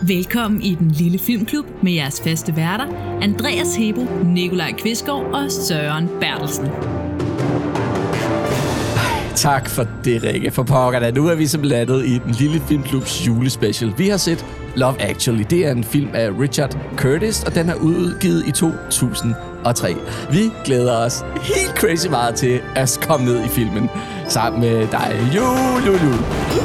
Velkommen i den lille filmklub med jeres faste værter, Andreas Hebo, Nikolaj Kvistgaard og Søren Bertelsen. Tak for det, Rikke. For pokker da. Nu er vi simpelthen landet i den lille filmklubs julespecial. Vi har set Love Actually. Det er en film af Richard Curtis, og den er udgivet i 2003. Vi glæder os helt crazy meget til at komme ned i filmen sammen med dig. Jul.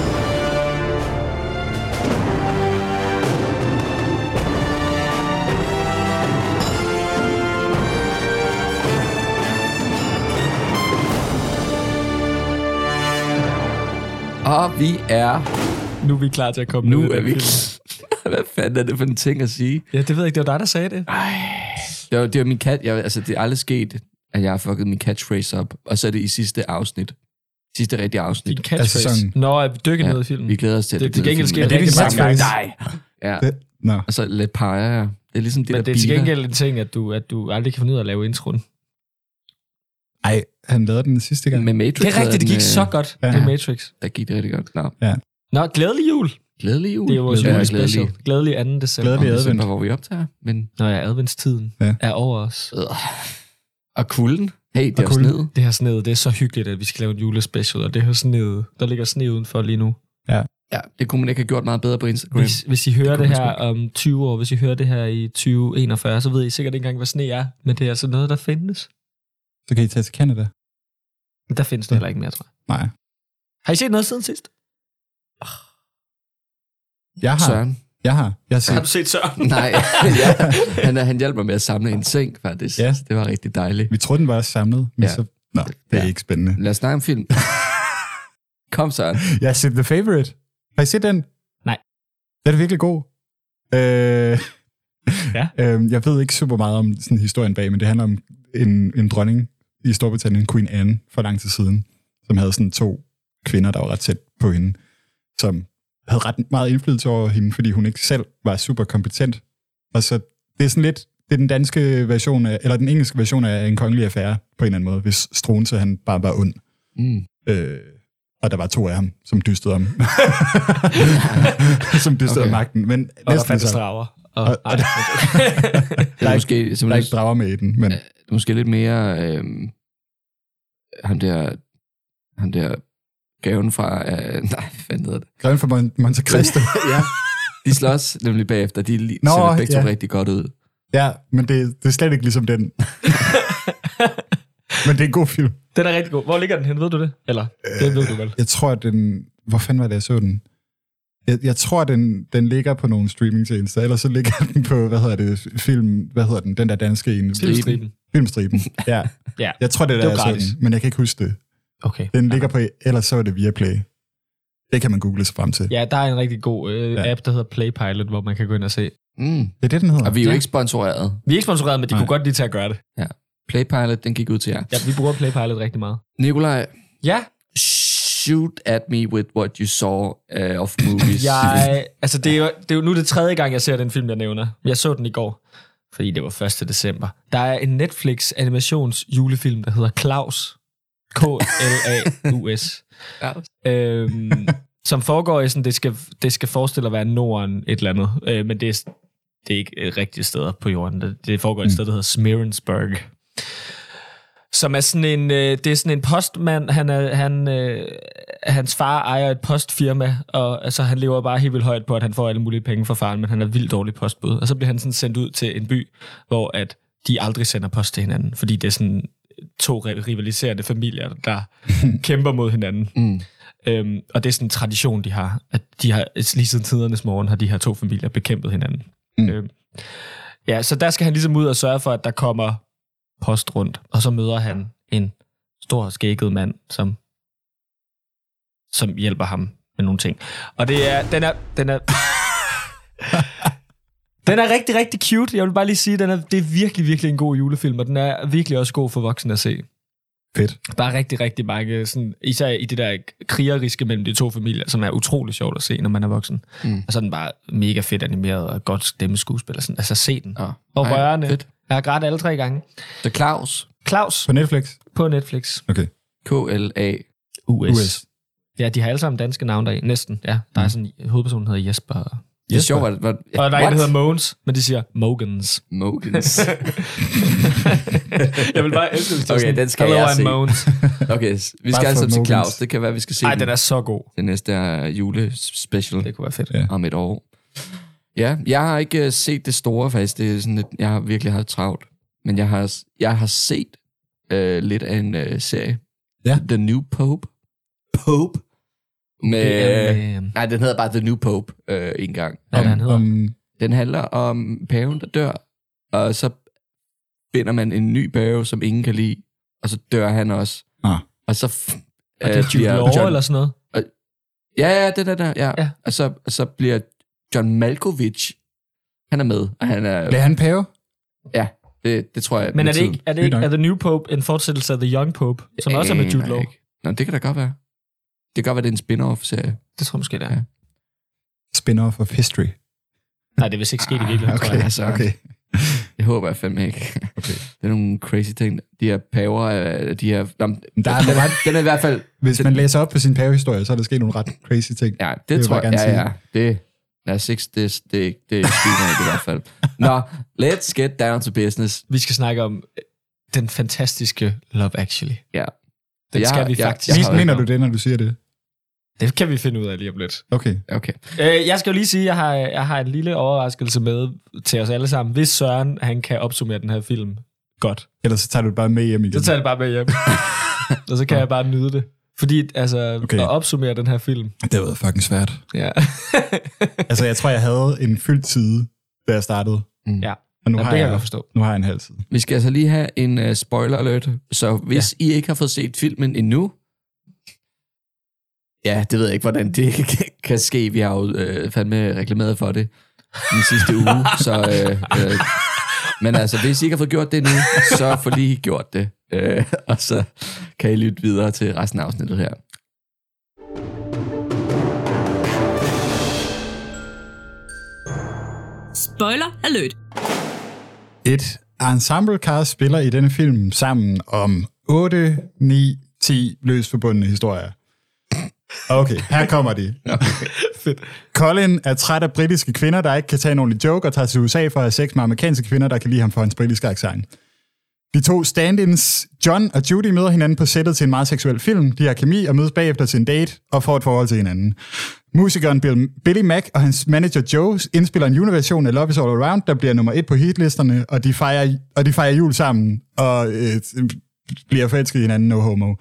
Og vi er... Nu er vi klar til at komme Nu ned er vi... Hvad fanden er det for en ting at sige? Ja, det ved jeg ikke. Det var dig, der sagde det. Det var min cat... det er aldrig sket, at jeg har fucket min catchphrase op. Og så er det i sidste afsnit. Sidste rigtige afsnit. Din catchphrase. Nå, jeg dykker ned i filmen. Vi glæder os til det. Det gengæld sker det rigtig mange gange. Nej. Ja. No. Og så lidt peger jeg. Det er ligesom det, men der det er til biler. gengæld en ting, at du aldrig kan finde ud af at lave introen. Ej, han lavede den sidste gang. Med Matrix. Det er rigtigt, det gik så godt med Matrix. Der gik det rigtig godt. Nå. Ja. Nå, glædelig jul. Glædelig jul. Det er vores julespecial. Glædelig 2. december. Glædelig advent. December, hvor vi optager. Men... Nå ja, adventstiden er over os. Og kulden. Hey, det er sned. Det her sned, det er så hyggeligt, at vi skal lave en julespecial, og det her sned, der ligger sne udenfor lige nu. Ja, det kunne man ikke have gjort meget bedre på Instagram. Hvis I hører det her om 20 år, hvis I hører det her i 2041, så ved I sikkert ikke engang, hvad sne er, men det er altså noget, der findes. Så kan I tage til Canada. Men der findes det heller ikke mere, tror jeg. Nej. Har I set noget siden sidst? Jeg har. Søren. Jeg har set. Har du set Søren? Nej, han hjalp mig med at samle en seng, faktisk. Ja. Det var rigtig dejligt. Vi troede, den var samlet, men så... Nå, det er ikke spændende. Lad os snakke om film. Kom, Søren. Jeg har set The Favourite. Har I set den? Nej. Den er virkelig god. Jeg ved ikke super meget om sådan historien bag, men det handler om en dronning i Storbritannien, Queen Anne, for lang tid siden, som havde sådan 2 kvinder, der var ret tæt på hende, som havde ret meget indflydelse over hende, fordi hun ikke selv var super kompetent. Og så det er sådan lidt, det er den danske version af, eller den engelske version af en kongelig affære, på en eller anden måde, hvis Struensee han bare var ond. Og der var 2 af ham, som dystede om. som dystede om magten. Men og der fandt drager. Der er ikke drager med i den. Men... Det er måske lidt mere ham der gaven fra... nej, hvad fanden hedder det? Gaven fra Monte Cristo. Ja. De slås nemlig bagefter. De ser begge to rigtig godt ud. Ja, men det er slet ikke ligesom den. Men det er en god film. Den er rigtig god. Hvor ligger den hen? Ved du det? Eller, det ved du vel? Jeg tror, den... Hvor fanden var det, jeg så den? Jeg tror, den ligger på nogle streamingtjenester, eller så ligger den på, den der danske en? Filmstriben. Ja. Ja. Jeg tror, det er der, jeg så den, men jeg kan ikke huske det. Okay. Den ligger på, ellers så er det Viaplay. Det kan man google sig frem til. Ja, der er en rigtig god app, der hedder Playpilot, hvor man kan gå ind og se. Det er det, den hedder. Og vi er jo ikke sponsoreret. Vi er ikke sponsoreret, men de kunne godt lige til at gøre det. Ja. Playpilot, den gik ud til jer. Ja, vi bruger Playpilot rigtig meget. Nikolaj. Ja? Shoot at me with what you saw of movies. Det er jo nu det 3. gang, jeg ser den film, jeg nævner. Jeg så den i går, fordi det var 1. december. Der er en Netflix animations julefilm, der hedder Klaus. Klaus. Som foregår i sådan, det skal forestille at være Norden et eller andet. Men det er ikke rigtige steder på jorden. Det foregår et sted, der hedder Smirensburg. Som er sådan en, det er sådan en postmand, hans far ejer et postfirma, og altså, han lever bare helt vildt højt på, at han får alle mulige penge fra faren, men han er vildt dårlig postbud. Og så bliver han sådan sendt ud til en by, hvor at de aldrig sender post til hinanden, fordi det er sådan 2 rivaliserende familier, der kæmper mod hinanden. Og det er sådan en tradition, de har, at de har, lige siden tidernes morgen, har de her 2 familier bekæmpet hinanden. Så der skal han ligesom ud og sørge for, at der kommer post rundt, og så møder han en stor skægget mand, som hjælper ham med nogle ting. Og den er rigtig, rigtig cute. Jeg vil bare lige sige, det er virkelig, virkelig en god julefilm, og den er virkelig også god for voksne at se. Fedt. Der er rigtig, rigtig mange, sådan, især i det der krigeriske mellem de 2 familier, som er utrolig sjovt at se, når man er voksen. Og så er den bare mega fedt animeret og godt stemmeskuespil og sådan. Altså se den. Og rørende. Fedt. Jeg har grædt alle 3 gange. The Klaus. På Netflix? På Netflix. Okay. Klaus. Ja, de har alle sammen danske navne der. Næsten, ja. Der er sådan, hovedpersonen hedder Jesper. Det er sjovt, Og der er en, der hedder Mogens, men de siger Mogans. Mogans. Jeg vil bare elske det. Okay, den skal Hello, jeg I'm se. Mogens. Okay, vi skal for altså til Mogans. Claus. Det kan være, vi skal se Ej, den er så god. det næste julespecial Det kunne være fedt. Ja. om et år. Ja, jeg har ikke set det store, faktisk. Det er sådan lidt, jeg har virkelig haft travlt. Men jeg har set lidt af en serie. Ja. The New Pope. Pope? Nej, den hedder bare The New Pope en gang. Hvad er det, han hedder? Den handler om paven, der dør, og så finder man en ny pave, som ingen kan lide, og så dør han også. Og så Og det er Jude Law eller sådan noget? Ja, det der, ja. Ja. Og så bliver John Malkovich, han er med, og han er... Bliver han pave? Ja, det tror jeg. Men er med det ikke er The New Pope en fortsættelse af The Young Pope, som også er med Jude Law? Nå, det kan da godt være. Det kan godt være, det er en spin-off-serie. Det tror jeg måske, det er. Ja. Spin-off of history. Nej, det er vist ikke sket i virkeligheden, tror jeg. Altså, Okay. det håber jeg fandme ikke. Okay. Det er nogle crazy ting. De her paver, de her... Den er i hvert fald... Hvis man læser op på sin pavehistorie, så er der sket nogle ret crazy ting. Ja, vil det tror jeg jeg. bare gerne Ja. Det er skiner i hvert fald. Nå, let's get down to business. Vi skal snakke om den fantastiske Love Actually. Ja. Den skal vi faktisk. Mener du det, når du siger det? Det kan vi finde ud af lige om lidt. Okay. Jeg skal jo lige sige, at jeg har en lille overraskelse med til os alle sammen. Hvis Søren han kan opsummere den her film godt, Ellers så tager du det bare med hjem igen. så tager jeg det bare med hjem. Og så kan jeg bare nyde det. Fordi at opsummere den her film. Det har været fucking svært. Ja. Altså, jeg tror, jeg havde en fyldt side, da jeg startede. Ja. Og nu Det har kan jeg jeg godt forstå. Nu har jeg en halv side. Vi skal altså lige have en spoiler alert. Så hvis I ikke har fået set filmen endnu, ja, det ved jeg ikke, hvordan det kan ske. Vi har jo fandme reklameret for det den sidste uge. Så, men altså, hvis I ikke har fået gjort det endnu, så får lige gjort det. Og så kan I lytte videre til resten af afsnittet her. Spoiler alert. Et ensemblecast spiller i denne film sammen om 8, 9, 10 løst forbundne historier. Okay, her kommer de. Fedt. Colin er træt af britiske kvinder, der ikke kan tage en ordentlig joke, og tager til USA for at have sex med amerikanske kvinder, der kan lide ham for hans britiske accent. De to stand-ins, John og Judy, møder hinanden på sættet til en meget seksuel film. De har kemi og mødes bagefter til en date og får et forhold til hinanden. Musikeren Billy Mack og hans manager Joe indspiller en juleversion af Love is All Around, der bliver nummer 1 på hitlisterne, og de fejrer jul sammen og bliver forelsket i hinanden, no homo.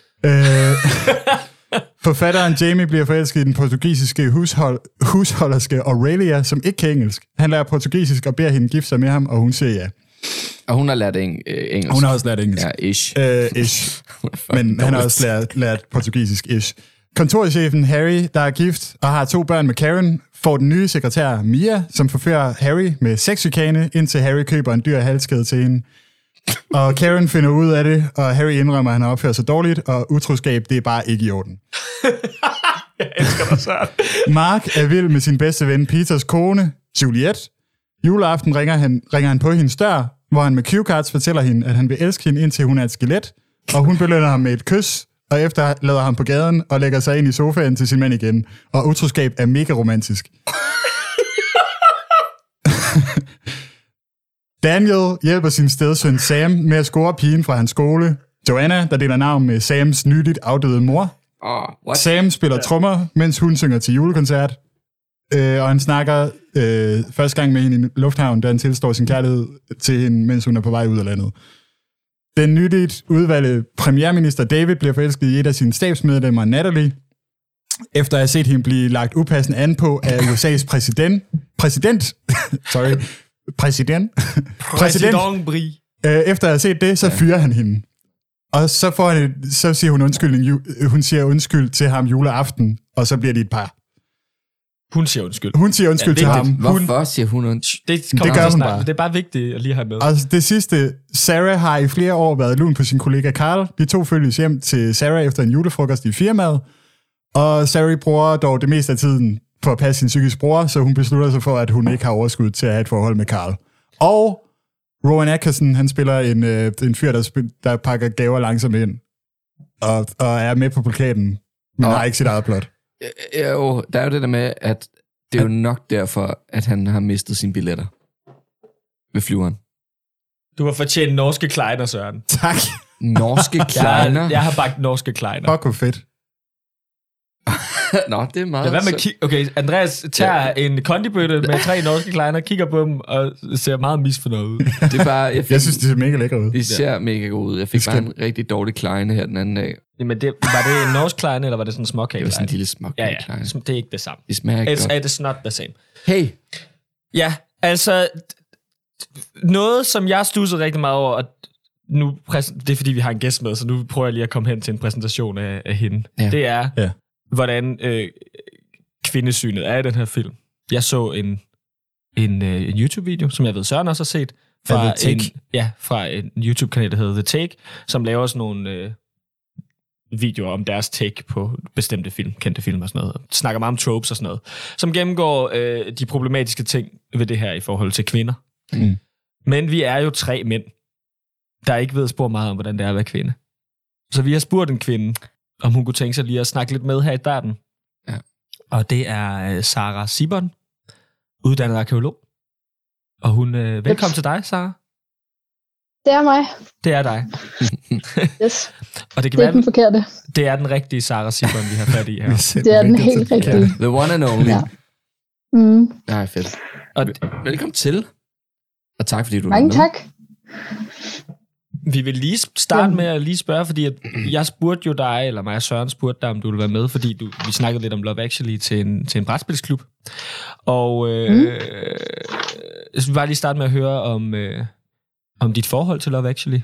Forfatteren Jamie bliver forelsket i den portugisiske husholderske Aurelia, som ikke kan engelsk. Han lærer portugisisk og beder hende gifte sig med ham, og hun siger ja. Og hun har lært engelsk. Hun har også lært engelsk. Ja, ish. Ish. Men han har også lært portugisisk ish. Kontorchefen Harry, der er gift og har 2 børn med Karen, får den nye sekretær Mia, som forfører Harry med sexchikane, indtil Harry køber en dyr halskæde til hende. Og Karen finder ud af det, og Harry indrømmer, at han har opført sig dårligt, og utroskab, det er bare ikke i orden. Jeg elsker dig, Søren. Mark er vild med sin bedste ven Peters kone, Juliette. Juleaften ringer han på hendes dør, hvor han med cue-cards fortæller hende, at han vil elske hende, indtil hun er et skelet, og hun belønner ham med et kys, og efter lader ham på gaden og lægger sig ind i sofaen til sin mand igen. Og utroskab er mega romantisk. Daniel hjælper sin stedsøn Sam med at score pigen fra hans skole. Joanna, der deler navn med Sams nyligt afdøde mor. Sam spiller trommer, mens hun synger til julekoncert. Og han snakker første gang med hende i lufthavn, da han tilstår sin kærlighed til hende, mens hun er på vej ud af landet. Den nyligt udvalgte premierminister David bliver forelsket i et af sine stabsmedlemmer, Natalie, efter at have set hende blive lagt upassende an på af USA's præsident. Efter at have set det, så fyrer han hende. Og så siger hun undskyldning. Hun siger undskyld til ham juleaften, og så bliver de et par. Hun siger undskyld. Hun siger undskyld til ham. Hvorfor siger hun undskyld? Det gør hun bare. Det er bare vigtigt at lige have med. Og det sidste, Sarah har i flere år været lun på sin kollega Carl. De to følges hjem til Sarah efter en julefrokost i firmaet. Og Sarah bruger dog det meste af tiden på at passe sin psykiske bror, så hun beslutter sig for, at hun ikke har overskud til at have et forhold med Carl. Og Rowan Atkinson, han spiller en fyr, der pakker gaver langsomt ind. Og er med på plakaten, men har ikke sit eget plot. Jo, der er jo det der med, at Det er jo nok derfor, at han har mistet sine billetter ved flyveren. Du har fortjent norske kleiner, Søren. Tak. Norske kleiner? Jeg har bagt norske kleiner. Fuck, hvor fedt. Nå, det er meget... Hvad med okay, Andreas tager en kondibøtte med 3 norske kleiner, kigger på dem og ser meget misfornøjet ud. Det er bare... Jeg synes, det ser mega lækker ud. Det ser mega godt ud. Jeg fik bare en rigtig dårlig kleine her den anden dag. Jamen, var det en norsk kleine, eller var det sådan en småkage? Det var sådan en lille småkage kleine. Det er ikke det samme. Det smager ikke godt. It's not the same. Hey! Ja, altså... Noget, som jeg studsede rigtig meget over, og nu det er fordi, vi har en gæst med, så nu prøver jeg lige at komme hen til en præsentation af hende. Ja. Det er, hvordan kvindesynet er i den her film. Jeg så en YouTube-video, som jeg ved, Søren også har set, fra en YouTube-kanal, der hedder The Take, som laver sådan nogle videoer om deres take på bestemte film, kendte film og sådan noget. Snakker meget om tropes og sådan noget. Som gennemgår de problematiske ting ved det her i forhold til kvinder. Mm. Men vi er jo 3 mænd, der ikke ved spor meget om, hvordan det er at være kvinde. Så vi har spurgt en kvinde, om hun kunne tænke sig lige at snakke lidt med her i starten. Ja. Og det er Sarah Sibon, uddannet arkeolog. Og hun, velkommen til dig, Sarah. Det er mig. Det er dig. Yes. Og det kan det er den forkerte. Det er den rigtige Sarah Sibon, vi har fat i her. Det er den helt rigtige. Yeah. The one and only. Ja. Nej, fedt. Og velkommen til. Og tak, fordi du Mange tak. Vi vil lige starte med at lige spørge, fordi at jeg spurgte jo dig, eller mig og Søren spurgte dig, om du ville være med, fordi vi snakkede lidt om Love Actually til en brætspilsklub. Og jeg vil bare lige starte med at høre om dit forhold til Love Actually.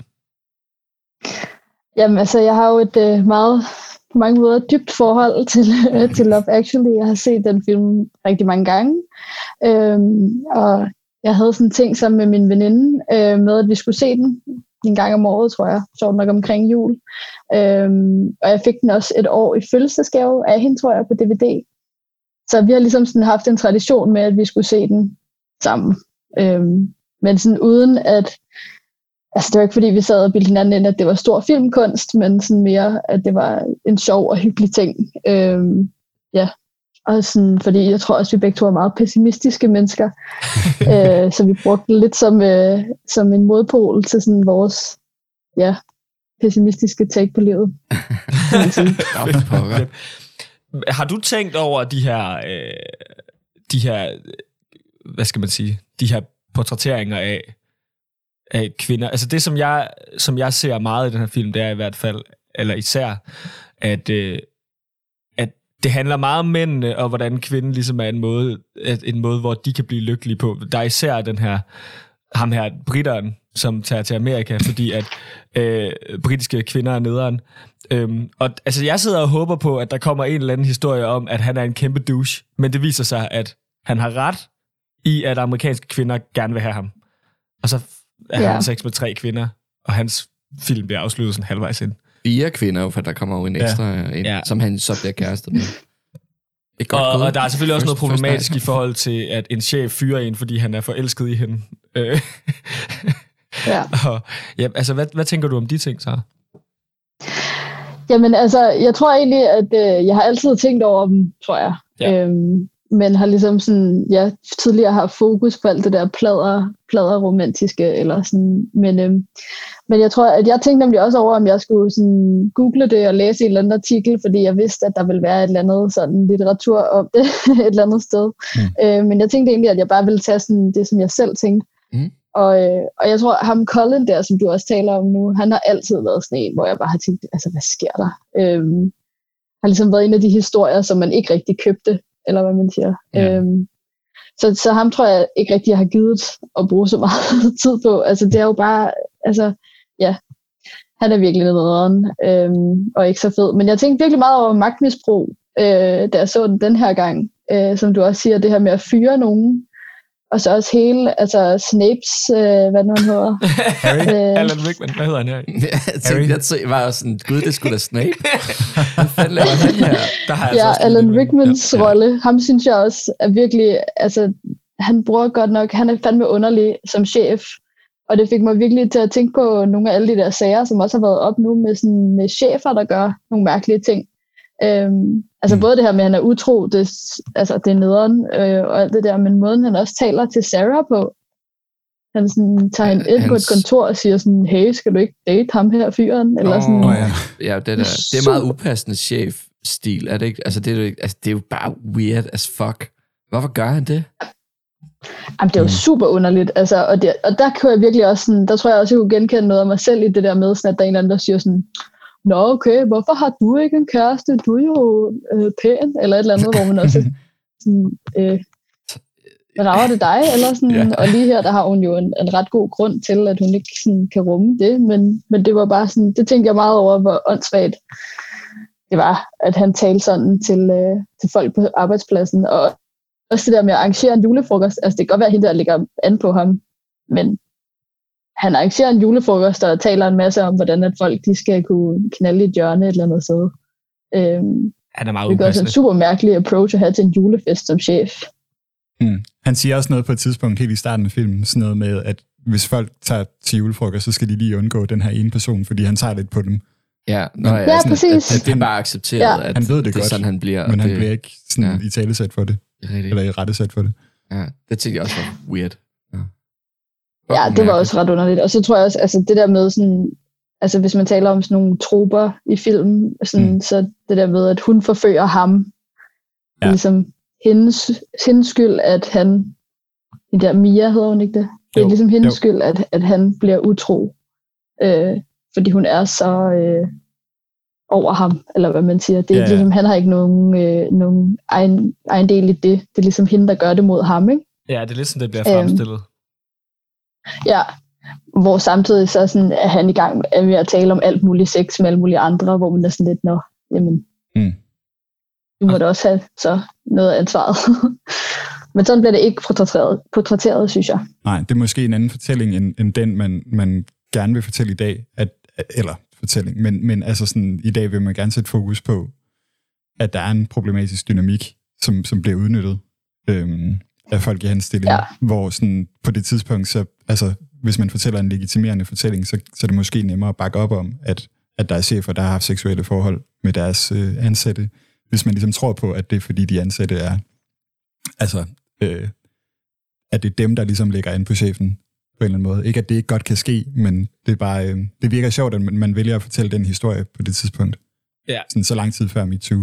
Jamen altså, jeg har jo et meget, på mange måder, dybt forhold til Love Actually. Jeg har set den film rigtig mange gange. Og jeg havde sådan en ting sammen med min veninde, med at vi skulle se den en gang om året, tror jeg. Så nok omkring jul. Og jeg fik den også et år i fødselsdagsgave af hende, tror jeg, på DVD. Så vi har ligesom sådan haft en tradition med, at vi skulle se den sammen. Men sådan uden at... Altså det var ikke fordi, vi sad og bildte hinanden ind, at det var stor filmkunst, men sådan mere, at det var en sjov og hyggelig ting. Ja. Og sådan, fordi jeg tror også, vi begge to er meget pessimistiske mennesker. Så vi brugte det lidt som en modpol til sådan vores pessimistiske take på livet. Har du tænkt over de her, hvad skal man sige, de her portrætteringer af kvinder? Altså det, som jeg ser meget i den her film, det er i hvert fald, eller især, at det handler meget om mændene, og hvordan kvinden ligesom er en måde, hvor de kan blive lykkelige på. Der er især ham her, britteren, som tager til Amerika, fordi at britiske kvinder er nederen. Og altså, jeg sidder og håber på, at der kommer en eller anden historie om, at han er en kæmpe douche, men det viser sig, at han har ret i, at amerikanske kvinder gerne vil have ham. Og så er han sex med 3 kvinder, og hans film bliver afsluttet sådan halvvejs ind. 4 kvinder, for der kommer jo en ekstra ind, som han så bliver kærester med. Og der er selvfølgelig også noget problematisk i forhold til, at en chef fyrer en, fordi han er forelsket i hende. Og, altså, hvad tænker du om de ting, så? Jamen, altså, jeg tror egentlig, at jeg har altid tænkt over dem, tror jeg. Ja. Men har ligesom sådan, tidligere har fokus på alt det der plader romantiske, eller sådan, men jeg tror, at jeg tænkte nemlig også over, om jeg skulle sådan google det og læse en eller anden artikel, fordi jeg vidste, at der ville være et eller andet sådan litteratur om det et eller andet sted. Men jeg tænkte egentlig, at jeg bare ville tage sådan det, som jeg selv tænkte. Og jeg tror, ham Colin der, som du også taler om nu, han har altid været sådan en, hvor jeg bare har tænkt, altså hvad sker der? Har ligesom været en af de historier, som man ikke rigtig købte, eller hvad man siger. Så ham tror jeg ikke rigtig, jeg har givet at bruge så meget tid på. Altså det er jo bare, altså han er virkelig nederen, og ikke så fed. Men jeg tænkte virkelig meget over magtmisbrug, da jeg så den her gang. Som du også siger, det her med at fyre nogen. Og så også hele, altså Snapes, hvad nu han hedder. Alan Rickman, hvad hedder han her? Jeg var sådan, gud, det skulle da Snape. Hvad fanden laver han her? Alan Rickmans rolle, ham synes jeg også er virkelig, altså han bruger godt nok, han er fandme underlig som chef. Og det fik mig virkelig til at tænke på nogle af alle de der sager, som også har været op nu med chefer, der gør nogle mærkelige ting. Både det her med, at han er utro, det er nederen, og alt det der, men måden han også taler til Sarah på, han sådan, tager hende ind på et kontor og siger sådan, hey, skal du ikke date ham her fyren? Eller sådan. Ja, det er meget upassende chef-stil, er det ikke? Altså, det er jo bare weird as fuck. Hvorfor gør han det? Jamen, det er jo super underligt, altså, og der kunne jeg virkelig også sådan, der tror jeg også, jeg kunne genkende noget af mig selv i det der med, sådan, at der er en eller anden, der siger sådan, nå okay, hvorfor har du ikke en kæreste? Du er jo pæn, eller et eller andet, hvor man også sådan, rager det dig, eller sådan, yeah. Og lige her, der har hun jo en ret god grund til, at hun ikke sådan, kan rumme det, men det var bare sådan, det tænkte jeg meget over, hvor åndssvagt det var, at han talte sådan til folk på arbejdspladsen, og også det der med at arrangere en julefrokost, altså det kan godt være, at hende der ligger an på ham, men han arrangerer en julefrokost, og taler en masse om, hvordan at folk de skal kunne knalde i et hjørne et eller andet sted. Han er meget det er også en super mærkelig approach at have til en julefest som chef. Han siger også noget på et tidspunkt helt i starten af filmen, sådan noget med, at hvis folk tager til julefrokost, så skal de lige undgå den her ene person, fordi han tager lidt på dem. Ja, præcis. At det er bare accepteret, at han ved det godt, sådan, han bliver. Men han bliver ikke sådan i talesæt for det. Eller i rettesæt for det. Ja, det tænkte jeg også var weird. Ja, det var også ret underligt. Og så tror jeg også, altså det der med sådan, altså hvis man taler om sådan nogle troper i filmen, sådan, så det der med, at hun forfører ham, ligesom hendes skyld, at han, den der Mia hedder hun ikke det? Det er ligesom hendes skyld, at han bliver utro, fordi hun er så over ham, eller hvad man siger. Det er ligesom, han har ikke nogen egen del i det. Det er ligesom hende, der gør det mod ham, ikke? Ja, det er lidt sådan, det bliver fremstillet. Ja, hvor samtidig så sådan, er han i gang med at tale om alt muligt sex med alle mulige andre, hvor man er sådan lidt, jamen, du må da også have så noget af ansvaret. Men sådan bliver det ikke portrætteret, synes jeg. Nej, det er måske en anden fortælling, end den, man gerne vil fortælle i dag, men altså sådan, i dag vil man gerne sætte fokus på, at der er en problematisk dynamik, som bliver udnyttet af folk i hans stilling, hvor sådan, på det tidspunkt, så, altså, hvis man fortæller en legitimerende fortælling, så er det måske nemmere at bakke op om, at der er chefer, der har haft seksuelle forhold med deres ansatte, hvis man ligesom tror på, at det er fordi de ansatte er, altså, at det er dem, der ligesom lægger an på chefen på en eller anden måde. Ikke at det ikke godt kan ske, men det er bare, det virker sjovt, at man vælger at fortælle den historie på det tidspunkt. Ja. Sådan så lang tid før MeToo.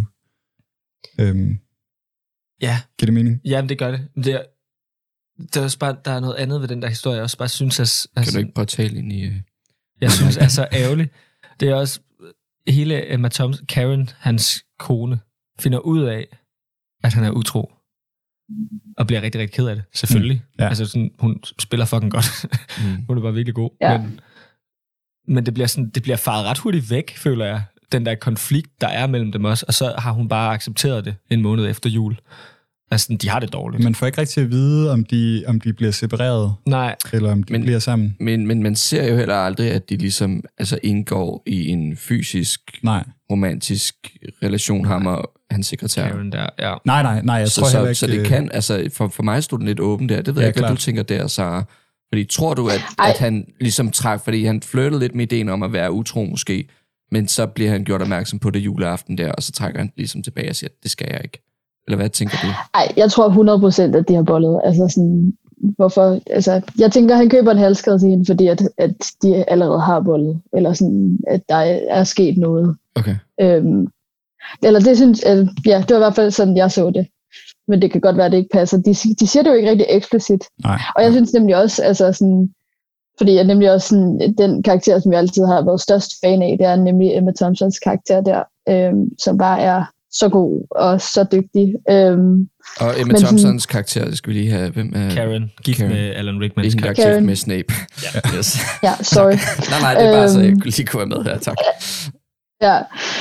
Ja. Giver det mening? Jamen, det gør det. Det er også bare, der er noget andet ved den der historie, jeg også bare synes, at... Kan du ikke bare tale ind i... Jeg synes, er så ærgerligt. Det er også hele Emma Thompson, Karen, hans kone, finder ud af, at han er utro. Og bliver rigtig, rigtig ked af det, selvfølgelig. Ja. Altså sådan, hun spiller fucking godt. Hun er bare virkelig god. Ja. Men det bliver faret ret hurtigt væk, føler jeg. Den der konflikt, der er mellem dem også. Og så har hun bare accepteret det en måned efter jul. Altså, de har det dårligt. Man får ikke rigtig at vide, om de bliver separeret. Nej. Eller om de bliver sammen. Men man ser jo heller aldrig, at de ligesom altså indgår i en fysisk, romantisk relation, ham og hans sekretær. Karen der, ja. Nej, jeg tror heller ikke... Så det kan, altså for mig stod den lidt åben der. Det ved jeg ikke, hvad du tænker der, Sarah. Fordi tror du, at han ligesom træk, fordi han flirtede lidt med ideen om at være utro måske, men så bliver han gjort opmærksom på det juleaften der, og så trækker han ligesom tilbage og siger, det skal jeg ikke. Eller hvad tænker du? Nej, jeg tror 100%, at de har bollet. Altså sådan, hvorfor? Altså, jeg tænker, at han køber en halskade til hende, fordi at de allerede har bollet. Eller sådan, at der er sket noget. Okay. Eller det synes det var i hvert fald sådan, jeg så det. Men det kan godt være, at det ikke passer. De siger det jo ikke rigtig eksplicit. Nej. Og jeg synes nemlig også, altså sådan, fordi jeg nemlig også sådan, den karakter, som jeg altid har været størst fan af, det er nemlig Emma Thompsons karakter der, som bare er så god og så dygtig. Og Emma Thompsons karakter, det skal vi lige have. Hvem er Karen, gift med Alan Rickmans karakter. Gift med Snape. Ja, yes. Ja, sorry. nej, det er bare så, jeg lige kunne være med her, tak. Ja,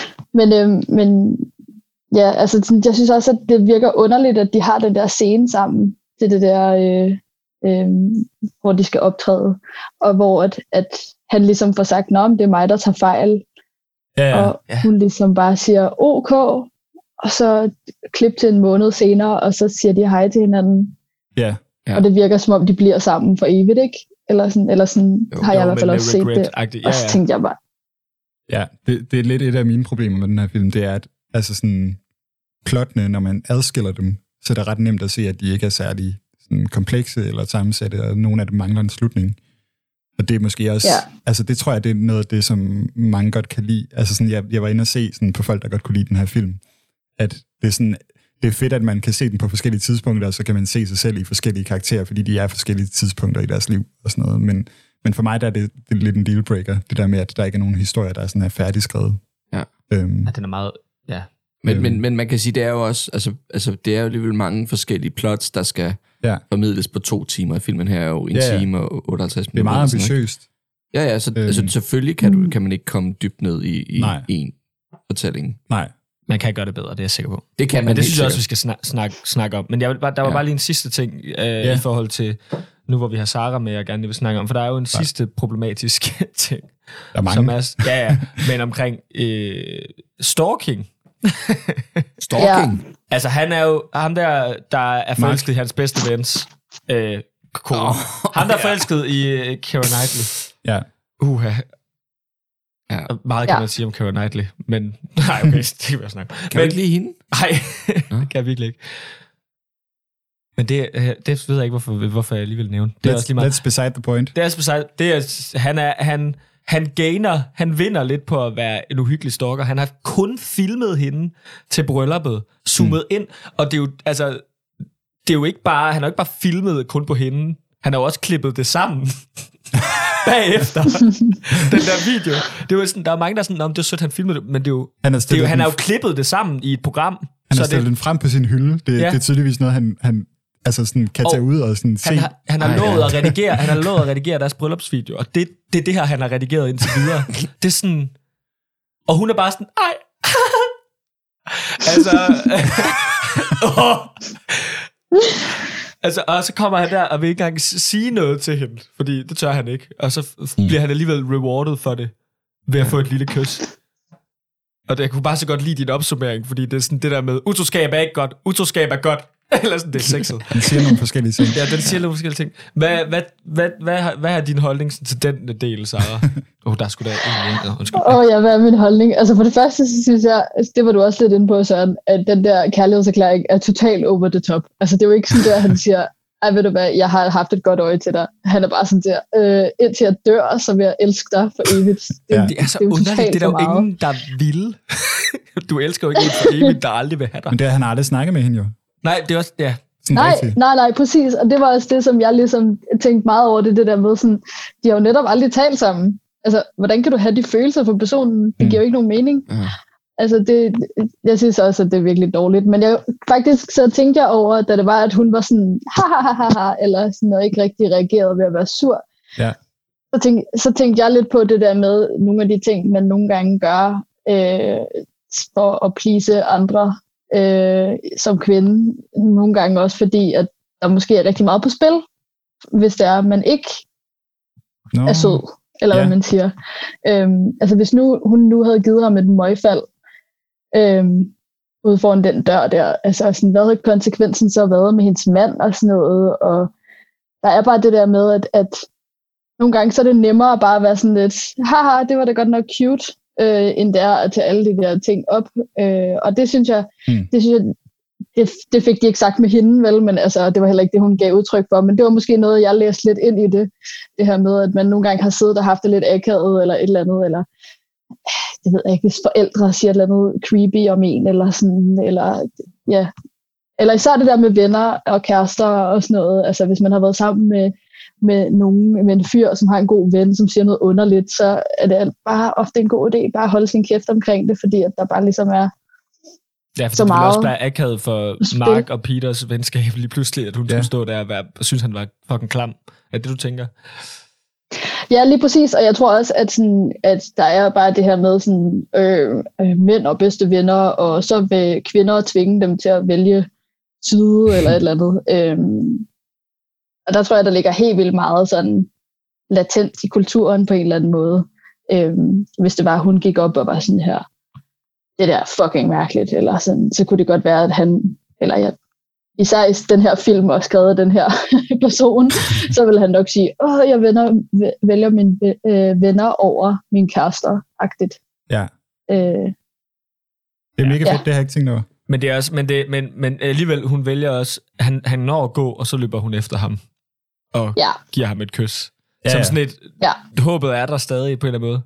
men ja, altså jeg synes også, at det virker underligt, at de har den der scene sammen til det der, hvor de skal optræde, og hvor at han ligesom får sagt, nå, det er mig, der tager fejl. Og hun ligesom bare siger, OK, og så klip til en måned senere, og så siger de hej til hinanden. Ja. Og det virker som om, de bliver sammen for evigt, ikke? Eller sådan har jeg i hvert fald også set det. Og så tænkte jeg bare... Ja, det er lidt et af mine problemer med den her film, det er, altså sådan plottene, når man adskiller dem, så er det ret nemt at se, at de ikke er særlig sådan komplekse eller sammensatte, og nogle af dem mangler en slutning. Og det er måske også, altså det tror jeg, det er noget af det, som mange godt kan lide. Altså sådan, jeg var inde og se sådan på folk, der godt kunne lide den her film, at det er sådan, det er fedt, at man kan se den på forskellige tidspunkter, og så kan man se sig selv i forskellige karakterer, fordi de er forskellige tidspunkter i deres liv og sådan noget. Men for mig der er det lidt en dealbreaker, det der med, at der ikke er nogen historier, der er sådan her færdigskrevet. Ja. Ja, den er meget, ja. Men man kan sige, det er jo også, altså det er jo alligevel mange forskellige plots, der skal formidles på 2 timer. Filmen her er jo 1 time og 58 minutter. Det er meget ambitiøst. Ja, så altså, selvfølgelig kan man ikke komme dybt ned i en fortælling. Nej. Man kan gøre det bedre, det er jeg sikker på. Det kan man. Men det synes jeg også, vi skal snakke om. Men der var bare lige en sidste ting i forhold til, nu hvor vi har Sarah med, jeg gerne vil snakke om, for der er jo en sidste problematisk ting. Der er mange. Som men omkring stalking. Stalking? Ja. Altså han er jo ham der er forelsket i hans bedste vens kone. Han der er forelsket i Keira Knightley. Ja. Ja. Meget kan man sige om Keira Knightley, men nej, okay, det kan vi snakke. Kan du ikke lide hende? Nej, det kan jeg virkelig ikke. Men det ved jeg ikke, hvorfor jeg lige vil nævne. Det er også lige meget. That's beside the point. Det er beside. Han vinder lidt på at være en uhyggelig stalker. Han har kun filmet hende til brylluppet, zoomet ind, og det er jo, altså, det er jo ikke bare, han har ikke bare filmet kun på hende, han har jo også klippet det sammen bagefter den der video. Det er jo sådan, der er mange, der er sådan, om det er sødt, han filmede det, men det er jo, han har jo klippet det sammen i et program. Han har stillet den frem på sin hylde. Det er tydeligvis noget, han altså sådan kan tage ud og sådan se. Han har lovet at redigere, han har lovet at redigere deres bryllupsvideo, og det er det her, han har redigeret indtil videre. Det er sådan, og hun er bare sådan, ej. Altså, og så kommer han der og vil ikke engang sige noget til hende, fordi det tør han ikke. Og så bliver han alligevel rewarded for det, ved at få et lille kys. Og jeg kunne bare så godt lide din opsummering, fordi det er sådan det der med, utroskab er ikke godt, utroskab er godt. Eller sådan, det er sexet. Den siger nogle forskellige ting. Ja, den siger nogle forskellige ting. Hvad er din holdning til den del, Sarah? Der skulle da en undskyld. Hvad er min holdning? Altså for det første, så synes jeg, det var du også lidt inde på, Søren, at den der kærlighedserklæring er totalt over the top. Altså det er jo ikke sådan der, han siger, ved du hvad, jeg har haft et godt øje til dig. Han er bare sådan der, indtil jeg dør, så vil jeg elske dig for evigt. Det er så underligt, det er der jo ingen, der vil. Du elsker jo ikke en for evigt, der aldrig vil have dig. Men det har han aldrig snakket med hende jo. Nej, det er også, ja. Nej, præcis. Og det var også det, som jeg ligesom tænkte meget over, det der med sådan, de har jo netop aldrig talt sammen. Altså, hvordan kan du have de følelser for personen? Det giver jo ikke nogen mening. Altså, jeg synes også, at det er virkelig dårligt. Men faktisk så tænkte jeg over, da det var, at hun var sådan, eller sådan noget, ikke rigtig reagerede ved at være sur. Ja. Så tænkte jeg lidt på det der med nogle af de ting, man nogle gange gør for at please andre som kvinde. Nogle gange også fordi, at der måske er rigtig meget på spil, hvis det er, at man ikke er sød, eller hvad man siger. Altså hvis hun nu havde givet ham et møgfald ude foran den dør der, altså sådan, hvad havde konsekvensen så været med hendes mand og sådan noget, og der er bare det der med, at nogle gange så er det nemmere bare at være sådan lidt, haha, det var da godt nok cute, end det er at tage alle de der ting op. Og det synes jeg, det fik de ikke sagt med hende, vel, men altså, det var heller ikke det, hun gav udtryk for, men det var måske noget, jeg læste lidt ind i det her med, at man nogle gange har siddet og haft det lidt akavet, eller et eller andet, eller det ved jeg ikke, hvis forældre siger et eller andet creepy om en, eller sådan, eller især det der med venner og kærester og sådan noget, altså hvis man har været sammen med en fyr, som har en god ven, som siger noget underligt, så er det bare ofte en god idé, bare at holde sin kæft omkring det, fordi at der bare ligesom er for det ville også blive akavet for Mark og Peters venskab lige pludselig, at hun skulle stå der og synes, han var fucking klam. Er det, du tænker? Ja, lige præcis, og jeg tror også, at der er bare det her med sådan, mænd og bedste venner, og så vil kvinder tvinge dem til at vælge side eller et eller andet. Og der tror jeg, der ligger helt vildt meget sådan latent i kulturen på en eller anden måde. Hvis det var, hun gik op og var sådan her, det der fucking mærkeligt, eller sådan, så kunne det godt være, at han, eller især i den her film og skrevet den her person, så vil han nok sige, jeg vælger mine venner over mine kærester-agtigt. Ja. Det er mega fedt, det har jeg ikke tænkt over. Men det er også, men alligevel, hun vælger også, han når at gå, og så løber hun efter ham, og giver ham et kys. Som sådan et, håbet er der stadig på en eller anden måde.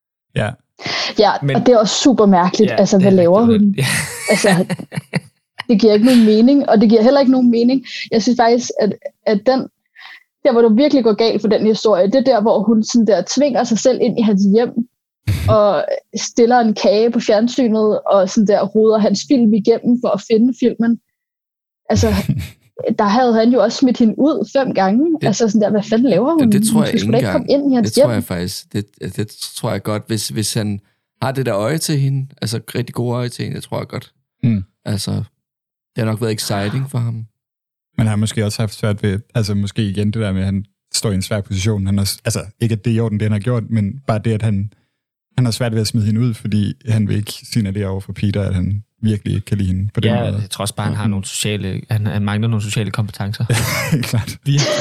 Ja, men, og det er også super mærkeligt, altså hvad laver hun? Ja. Altså, det giver ikke nogen mening, og det giver heller ikke nogen mening. Jeg synes faktisk, at den, der hvor du virkelig går galt for den historie, det er der, hvor hun sådan der tvinger sig selv ind i hans hjem, og stiller en kage på fjernsynet, og sådan der roder hans film igennem for at finde filmen. Altså, der havde han jo også smidt hende ud 5 gange. Altså sådan der, hvad fanden laver hun? Det tror jeg ikke engang. Komme ind i hans det tror jeg faktisk. Det tror jeg godt, hvis han har det der øje til hende, altså rigtig gode øje til hende, det tror jeg godt. Altså, det har nok været exciting for ham. Men han har måske også haft svært ved, altså måske igen det der med, at han står i en svær position. Han har, altså ikke at det er i orden, det han har gjort, men bare det, at han har svært ved at smide hende ud, fordi han vil ikke signalere over for Peter, at han virkelig ikke kan lide hende på den måde. Ja, jeg tror også bare, han har nogle sociale, han mangler nogle sociale kompetencer. Klart.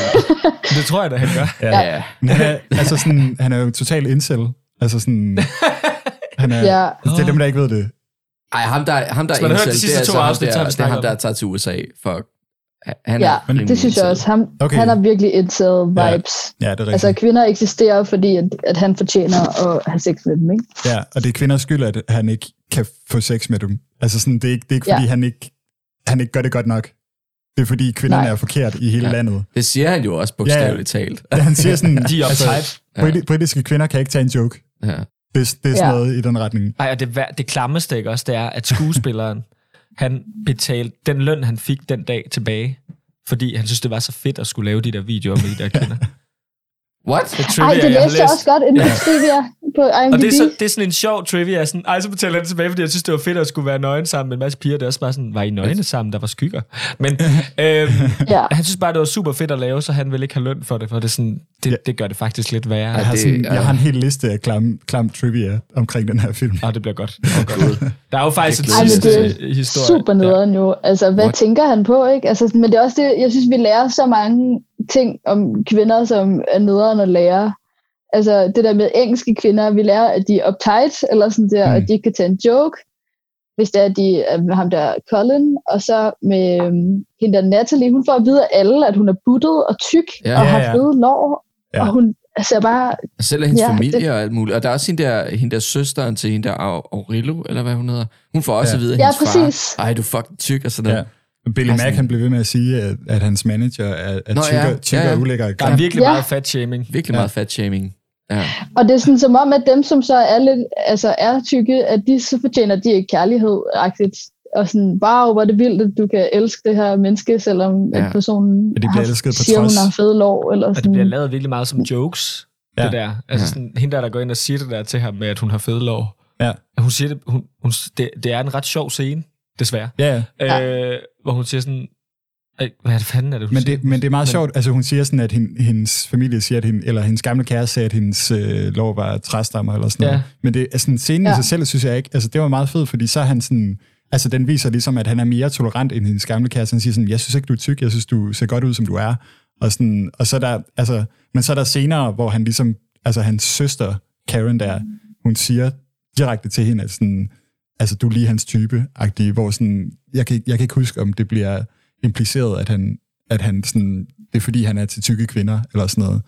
Det tror jeg da, han gør. Ja. Men han er jo totalt incel. Altså sådan, han er, det er dem, der ikke ved det. Ej, ham der er incel, det er ham, der tager til USA for... Han men det synes jeg også. Han har virkelig incel vibes. Ja, det er rigtigt. Altså, kvinder eksisterer, fordi at han fortjener at have sex med dem, ikke? Ja, og det er kvinders skyld, at han ikke kan få sex med dem. Altså, sådan, det er ikke fordi, han ikke gør det godt nok. Det er fordi, kvinderne er forkert i hele landet. Det siger han jo også bogstaveligt talt. Ja, han siger sådan, de er britiske kvinder kan ikke tage en joke. Ja. Det er sådan noget i den retning. Ej, og det klammeste ikke også, det er, at skuespilleren, han betalte den løn, han fik den dag tilbage, fordi han synes, det var så fedt at skulle lave de der videoer med de der kvinder. What? Ej, det læste jeg også godt, en trivia på IMDb. Og det er sådan en sjov trivia, sådan, så betaler jeg det tilbage, fordi jeg synes, det var fedt at skulle være nøgen sammen med en masse piger. Det er også bare sådan, var I nøgne sammen? Der var skygger. Men han synes bare, det var super fedt at lave, så han ville ikke have løn for det, for det, sådan, det gør det faktisk lidt værre. Jeg har en hel liste af klam trivia omkring den her film. Det bliver godt. Der er jo faktisk en sidste historie. Super nederen jo. Altså, hvad tænker han på, ikke? Altså, men det er også det, jeg synes, vi lærer så mange ting om kvinder, som er nederen at lære. Altså, det der med engelske kvinder, vi lærer, at de er uptight, eller sådan der, at de ikke kan tage en joke, hvis det er, de med ham der Colin, og så med hende der Natalie, hun får at vide af alle, at hun er buttet og tyk, og har fede lår, og hun ser bare... Selv hendes familie og alt muligt. Og der er også hende der søsteren til hende der Aurelio, eller hvad hun hedder. Hun får også at vide af hendes far. Ej, du er fucking tyk, og sådan noget. Billy Mack, han blev ved med at sige, at hans manager er tykker og ulækker. Der er virkelig meget fat-shaming. Virkelig meget fat-shaming. Ja. Og det er sådan som om, at dem, som så er lidt, altså er tykke, at de så fortjener de ikke kærlighed-agtigt. Og sådan, wow, hvor er det vildt, at du kan elske det her menneske, selvom at personen siger, hun har fede lår. Eller sådan. Og det bliver lavet virkelig meget som jokes, det der. Altså sådan, hende der går ind og siger det der til ham med, at hun har fede lår. Ja. Hun siger det, det er en ret sjov scene, desværre. Hvor hun siger sådan, hvad er det fanden, er det, men det er meget sjovt. Altså, hun siger sådan, at hendes familie siger, at eller hendes gamle kæreste sagde, at hendes lår var træstammer, eller sådan noget. Men det er sådan, scenen i sig selv, synes jeg ikke. Altså, det var meget fedt, fordi så er han sådan... Altså, den viser ligesom, at han er mere tolerant end hendes gamle kæreste. Han siger sådan, jeg synes ikke, du er tyk, jeg synes, du ser godt ud, som du er. Og så er der, altså... Men så er der senere, hvor han ligesom... Altså, hans søster, Karen der, hun siger direkte til hende, at sådan... Altså, du er lige hans type-agtig, hvor sådan... Jeg kan ikke huske, om det bliver impliceret, at han sådan... Det er fordi, han er til tykke kvinder, eller sådan noget.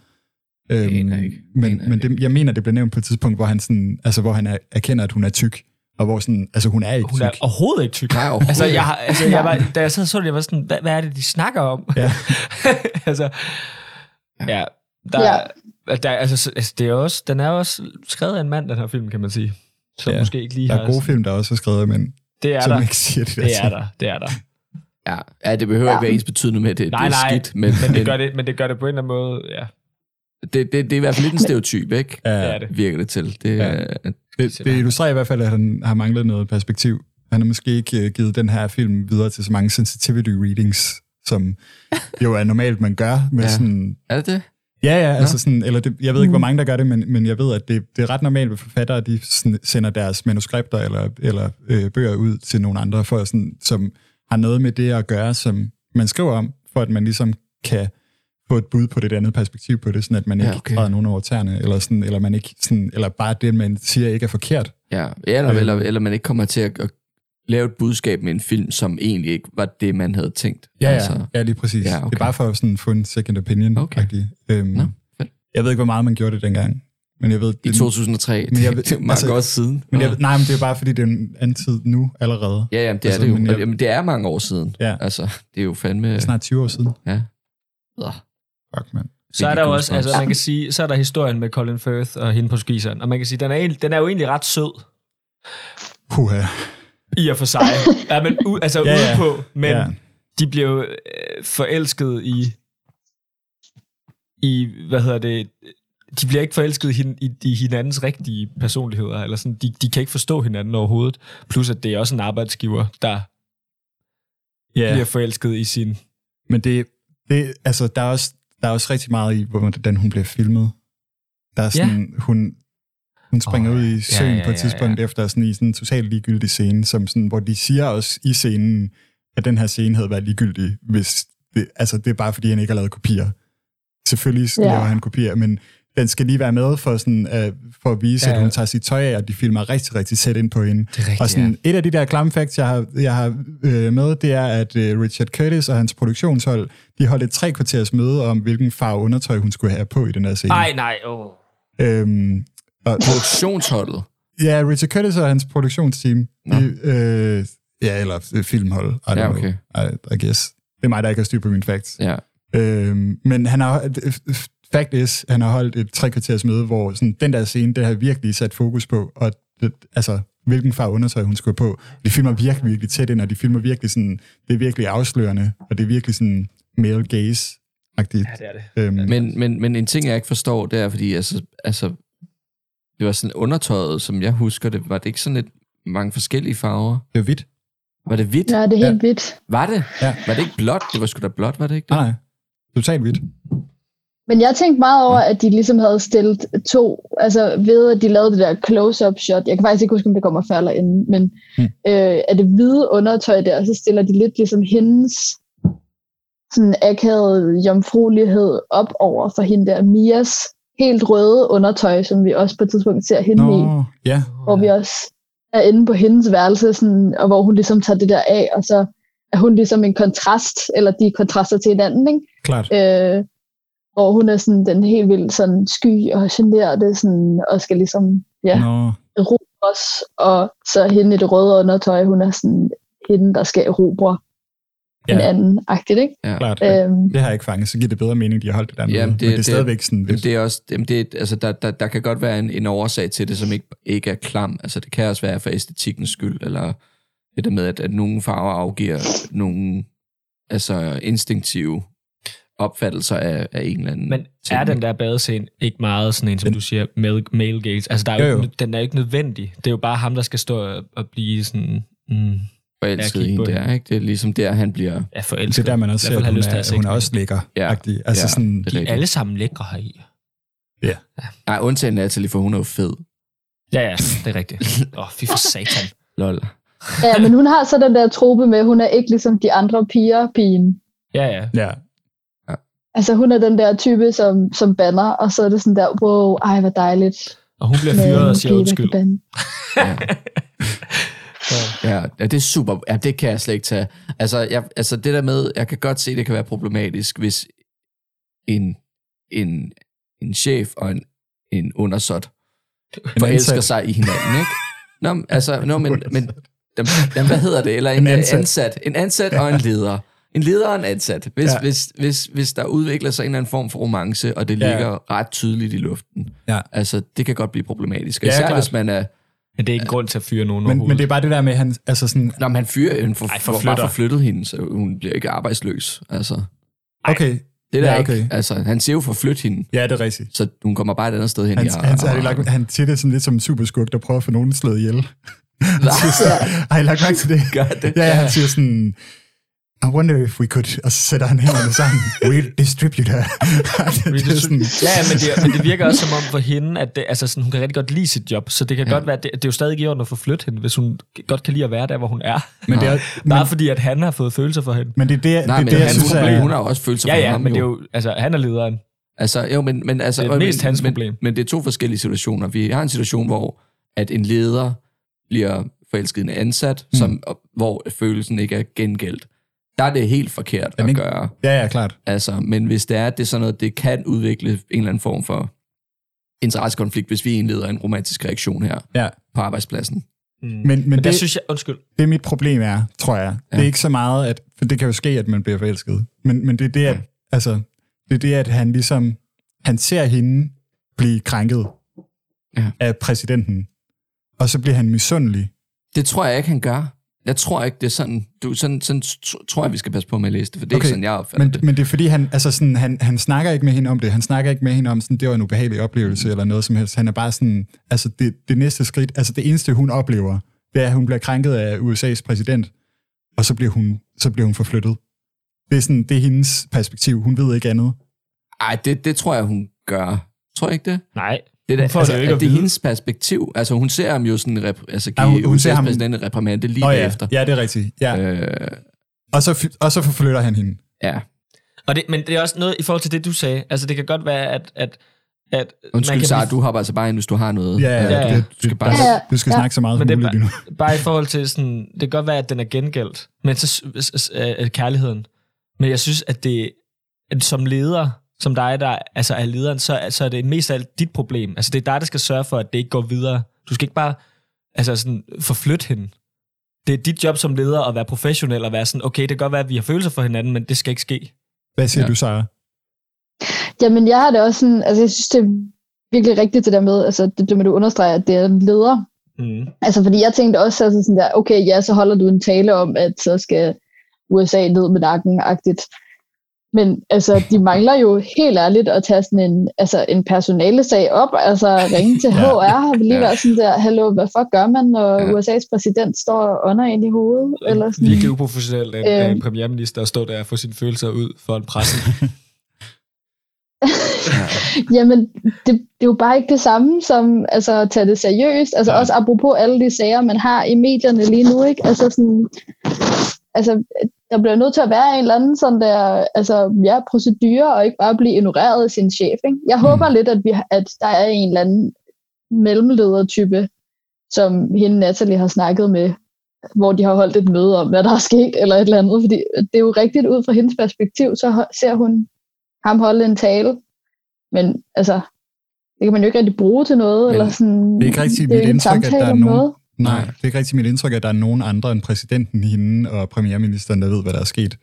Men det, jeg mener, det bliver nævnt på et tidspunkt, hvor han sådan... Altså, hvor han erkender, at hun er tyk. Og hvor sådan... Altså, hun er ikke tyk. Hun er overhovedet ikke tyk. Nej, jeg var, da jeg så det, jeg var sådan... Hvad er det, de snakker om? Ja. Altså... Ja. Det er også, den er også skrevet af en mand, den her film, kan man sige. Så måske ikke lige der er gode film, der også er skrevet af mænd. Det er som der. Ikke siger det, det er der. Ja, det behøver ikke være ens betydende med det. Nej, det er skidt. Men det gør det på en eller anden måde, ja. Det er i hvert fald lidt en stereotyp, ikke? Ja, det virker det til. Det illustrerer i hvert fald, at han har manglet noget perspektiv. Han har måske ikke givet den her film videre til så mange sensitivity readings, som jo er normalt, man gør. Med sådan, er det det? Ja, altså sådan, eller det, jeg ved ikke, hvor mange der gør det, men jeg ved, at det er ret normalt, at forfattere de sender deres manuskripter eller bøger ud til nogle andre, for sådan, som har noget med det at gøre, som man skriver om, for at man ligesom kan få et bud på det andet perspektiv på det, sådan at man ikke træder nogen over tæerne, eller sådan, eller man ikke sådan, eller bare det, man siger ikke er forkert. Ja, eller man ikke kommer til at lave et budskab med en film, som egentlig ikke var det, man havde tænkt. Ja, lige præcis. Ja, okay. Det er bare for at sådan få en second opinion. Okay. Jeg ved ikke, hvor meget man gjorde det dengang. Men jeg ved, I 2003, men jeg, det er meget godt siden. Men nej, men det er bare, fordi det er en anden tid nu allerede. Ja, jamen, det er det jo. Jamen, det er mange år siden. Ja. Altså, det er jo fandme... Det er snart 20 år siden. Ja. Fuck, man. Så er der jo også, altså man kan sige, så er der historien med Colin Firth og hende på skiseren, og man kan sige, den er jo egentlig ret sød. Puha. I og for sig. Ja, men ude på, men de bliver jo forelsket i, hvad hedder det, de bliver ikke forelsket i hinandens rigtige personligheder, eller sådan, de kan ikke forstå hinanden overhovedet, plus at det er også en arbejdsgiver, der bliver forelsket i sin... Men det altså, der er også rigtig meget i, hvordan hun bliver filmet. Der er sådan, hun springer ud i søen på et tidspunkt efter sådan i sådan en totalt ligegyldig scene, som sådan, hvor de siger også i scenen, at den her scene havde været ligegyldig, hvis det er bare fordi, han ikke har lavet kopier. Selvfølgelig laver han kopier, men den skal lige være med for at vise, at hun tager sit tøj af, og de filmer rigtig, rigtig tæt ind på hende. Rigtigt, og sådan, et af de der klamme facts, jeg har med, det er, at Richard Curtis og hans produktionshold, de holdt et 3 kvarters møde om, hvilken farve undertøj hun skulle have på i den her scene. Nej. Produktionsholdet? Ja, Richard Curtis og hans produktionsteam. Eller filmhold. Okay. I guess. Det er mig, der ikke har styr på mine facts. Ja. Men han har holdt et 3 kvarters møde, hvor sådan, den der scene, det har virkelig sat fokus på, og hvilken farve undertøj hun skulle på. De filmer virkelig, virkelig tæt ind, og de filmer virkelig sådan, det er virkelig afslørende, og det er virkelig sådan male gaze-agtigt. Ja, det er det. Men en ting, jeg ikke forstår, det er, fordi altså det var sådan undertøjet, som jeg husker det, var det ikke sådan lidt mange forskellige farver? Det var hvidt. Var det hvidt? Ja, det er helt hvidt. Var det? Ja. Var det ikke blåt? Det var sgu da blåt, var det ikke det? Nej, totalt hvidt. Men jeg tænkte meget over, at de ligesom havde stillet 2, altså ved at de lavede det der close-up shot, jeg kan faktisk ikke huske, om det kommer før eller inden, men er det hvide undertøj der, så stiller de lidt ligesom hendes sådan akavet jomfruelighed op over for hende der, Mias helt røde undertøj, som vi også på et tidspunkt ser hende i, hvor vi også er inde på hendes værelse, sådan, og hvor hun ligesom tager det der af, og så er hun ligesom en kontrast, eller de kontraster til hinanden, ikke? Klart. Hvor hun er sådan den helt vildt sådan sky og generet, sådan, og skal ligesom, erobre os, og så hende i det røde undertøj, hun er sådan hende, der skal erobre hinanden-agtigt, ikke? Ja. Klart. Det har jeg ikke fanget, så giver det bedre mening, de har holdt det der med. Men det er stadigvæk sådan lidt. Det er også, altså der kan godt være en årsag til det, som ikke er klam. Altså det kan også være for æstetikkens skyld, eller det der med, at nogle farver afgiver nogle instinktive opfattelser af en eller anden. Men ting. Er den der badescene ikke meget sådan en, som du siger, male gaze? Altså, der er jo. Den er ikke nødvendig. Det er jo bare ham, der skal stå og blive sådan... forelsket i hende der, ikke? Det er ligesom der, han bliver... Ja, forelsket. Det er der, man også ser, at hun er også lækker. Ja. Altså sådan, de er alle sammen lækre heri. Ja. Ej, undtagen Natalie, for hun er jo fed. Ja, det er rigtigt. Fy for satan. Lol. Ja, men hun har så den der trope med, hun er ikke ligesom de andre pigen. Ja. Altså, hun er den der type, som banner, og så er det sådan der, wow, ej, hvor dejligt. Og hun bliver fyret og siger undskyld. Ja, det er super. Ja, det kan jeg slet ikke tage. Altså det der med, jeg kan godt se, det kan være problematisk, hvis en chef og en undersåt forelsker sig i hinanden, ikke? Men hvad hedder det? Eller en ansat og en leder. En leder og en ansat. Hvis der udvikler sig en eller anden form for romance, og det ligger ret tydeligt i luften. Ja. Altså, det kan godt blive problematisk. Især hvis man er... Men det er ikke en grund til at fyre nogen overhovedet. Men det er bare det der med, han... Altså sådan... Nå, men han fyrer hende bare forflyttet hende, så hun bliver ikke arbejdsløs. Altså. Okay. Det der ikke. Altså, han siger jo forflytte hende. Ja, det er rigtigt. Så hun kommer bare et andet sted hen. Han siger det sådan lidt som en superskurk, der prøver at få nogen slået ihjel. Har I lagt mærke til det? Gør det. Ja, han siger sådan... I wonder if we could... Og så sætter han hænderne sammen. Redistributor. Men det virker også som om for hende, at det, altså sådan, hun kan rigtig godt lide sit job, så det kan godt være, det er jo stadig ikke i orden at forflytte hende, hvis hun godt kan lide at være der, hvor hun er. Men det er bare fordi, at han har fået følelser for hende. Men det er det, jeg synes, hun har også følelser for ham. Men det er jo, altså, han er lederen. Altså, jo, men altså... Det er mest hans problem. Men det er 2 forskellige situationer. Vi har en situation, hvor at en leder bliver forelsket en ansat, hvor følelsen ikke er gengældt. Der er det helt forkert at gøre. Ja, klart. Altså, men hvis det er sådan noget, det kan udvikle en eller anden form for interessekonflikt, hvis vi indleder en romantisk reaktion her på arbejdspladsen. Men det synes jeg, det mit problem er, tror jeg, det er ikke så meget, at, for det kan jo ske, at man bliver forelsket, men det er det, at, altså, det er det, at han ligesom, han ser hende blive krænket af præsidenten, og så bliver han misundelig. Det tror jeg ikke, han gør. Jeg tror ikke, det er sådan... Sådan tror jeg, vi skal passe på med at læse det, for det er ikke sådan, jeg opfatter det. Men det er fordi, han snakker ikke med hende om det. Han snakker ikke med hende om, sådan, det var en ubehagelig oplevelse, eller noget som helst. Han er bare sådan... Altså, det næste skridt... Altså, det eneste, hun oplever, det er, at hun bliver krænket af USA's præsident, og så bliver hun forflyttet. Det er sådan... Det er hendes perspektiv. Hun ved ikke andet. Ej, det tror jeg, hun gør. Tror jeg ikke det? Nej. Det er hendes perspektiv. Altså, hun ser ham jo sådan... give USA's præsident en reprimande lige bagefter. Ja, det er rigtigt. Ja. Og så forflytter han hende. Ja. Men det er også noget i forhold til det, du sagde. Altså, det kan godt være, at undskyld, Sara, du hopper altså bare ind, hvis du har noget. Ja. Du skal snakke så meget som muligt lige nu. Bare i forhold til sådan... Det kan godt være, at den er gengældt. Men så kærligheden. Men jeg synes, at det... Som leder... som dig, der altså er lederen, så er det mest af alt dit problem. Altså, det er dig, der skal sørge for, at det ikke går videre. Du skal ikke bare sådan, forflytte hende. Det er dit job som leder at være professionel og være sådan, okay, det kan godt være, at vi har følelser for hinanden, men det skal ikke ske. Hvad siger du, Sara? Jamen, jeg har det også sådan, altså, jeg synes, det er virkelig rigtigt det der med, altså, det med, du understreger, at det er leder. Altså, fordi jeg tænkte også altså, sådan der, okay, ja, så holder du en tale om, at så skal USA ned med nakken-agtigt. Men altså, de mangler jo helt ærligt at tage sådan en personalesag op, altså ringe til HR, har vi lige været sådan der, hallo, hvad fuck gør man, når USA's præsident står og ånder ind i hovedet? Eller sådan. Virkelig uprofessionelt af en premierminister at stå der og få sine følelser ud for en presse. Jamen, det er jo bare ikke det samme som altså, at tage det seriøst. Altså også apropos alle de sager, man har i medierne lige nu, ikke? Altså sådan... Altså, der bliver nødt til at være en eller anden sådan der, procedure, og ikke bare blive ignoreret af sin chef. Ikke? Jeg håber lidt, at der er en eller anden mellemledertype, som hende Natalie har snakket med, hvor de har holdt et møde om, hvad der er sket, eller et eller andet. Fordi det er jo rigtigt ud fra hendes perspektiv, så ser hun ham holde en tale. Men altså, det kan man jo ikke rigtig bruge til noget. Men, eller sådan, det er ikke rigtig mit indtryk, at der er nogen... Nej, det er ikke rigtig mit indtryk, at der er nogen andre end præsidenten, hende og premierministeren, der ved, hvad der er sket.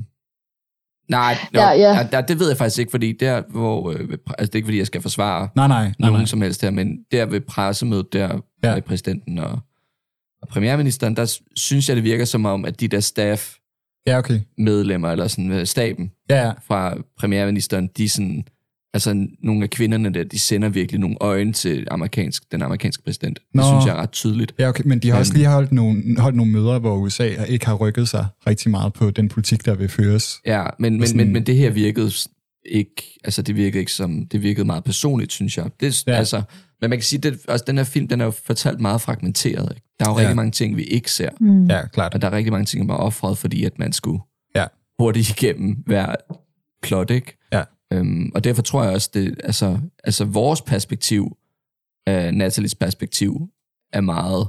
Nej, det ved jeg faktisk ikke, fordi der, hvor... altså, det er ikke, fordi jeg skal forsvare nogen som helst her, men der ved pressemødet, der med præsidenten og premierministeren, der synes jeg, det virker som om, at de der staff-medlemmer, eller sådan staben fra premierministeren, de sådan... Altså, nogle af kvinderne der, de sender virkelig nogle øjne til den amerikanske præsident. Det synes jeg er ret tydeligt. Ja, okay, men de har også lige holdt nogle møder, hvor USA ikke har rykket sig rigtig meget på den politik, der vil føres. Ja, men det her virkede ikke, altså det virkede meget personligt, synes jeg. Altså, men man kan sige, at den her film, den er jo fortalt meget fragmenteret. Ikke? Der er jo rigtig mange ting, vi ikke ser. Ja, klart. Og der er rigtig mange ting, der var offret, fordi at man skulle hurtigt igennem hver plot, ikke? Ja. Og derfor tror jeg også, det altså vores perspektiv, Nathalies perspektiv, er meget,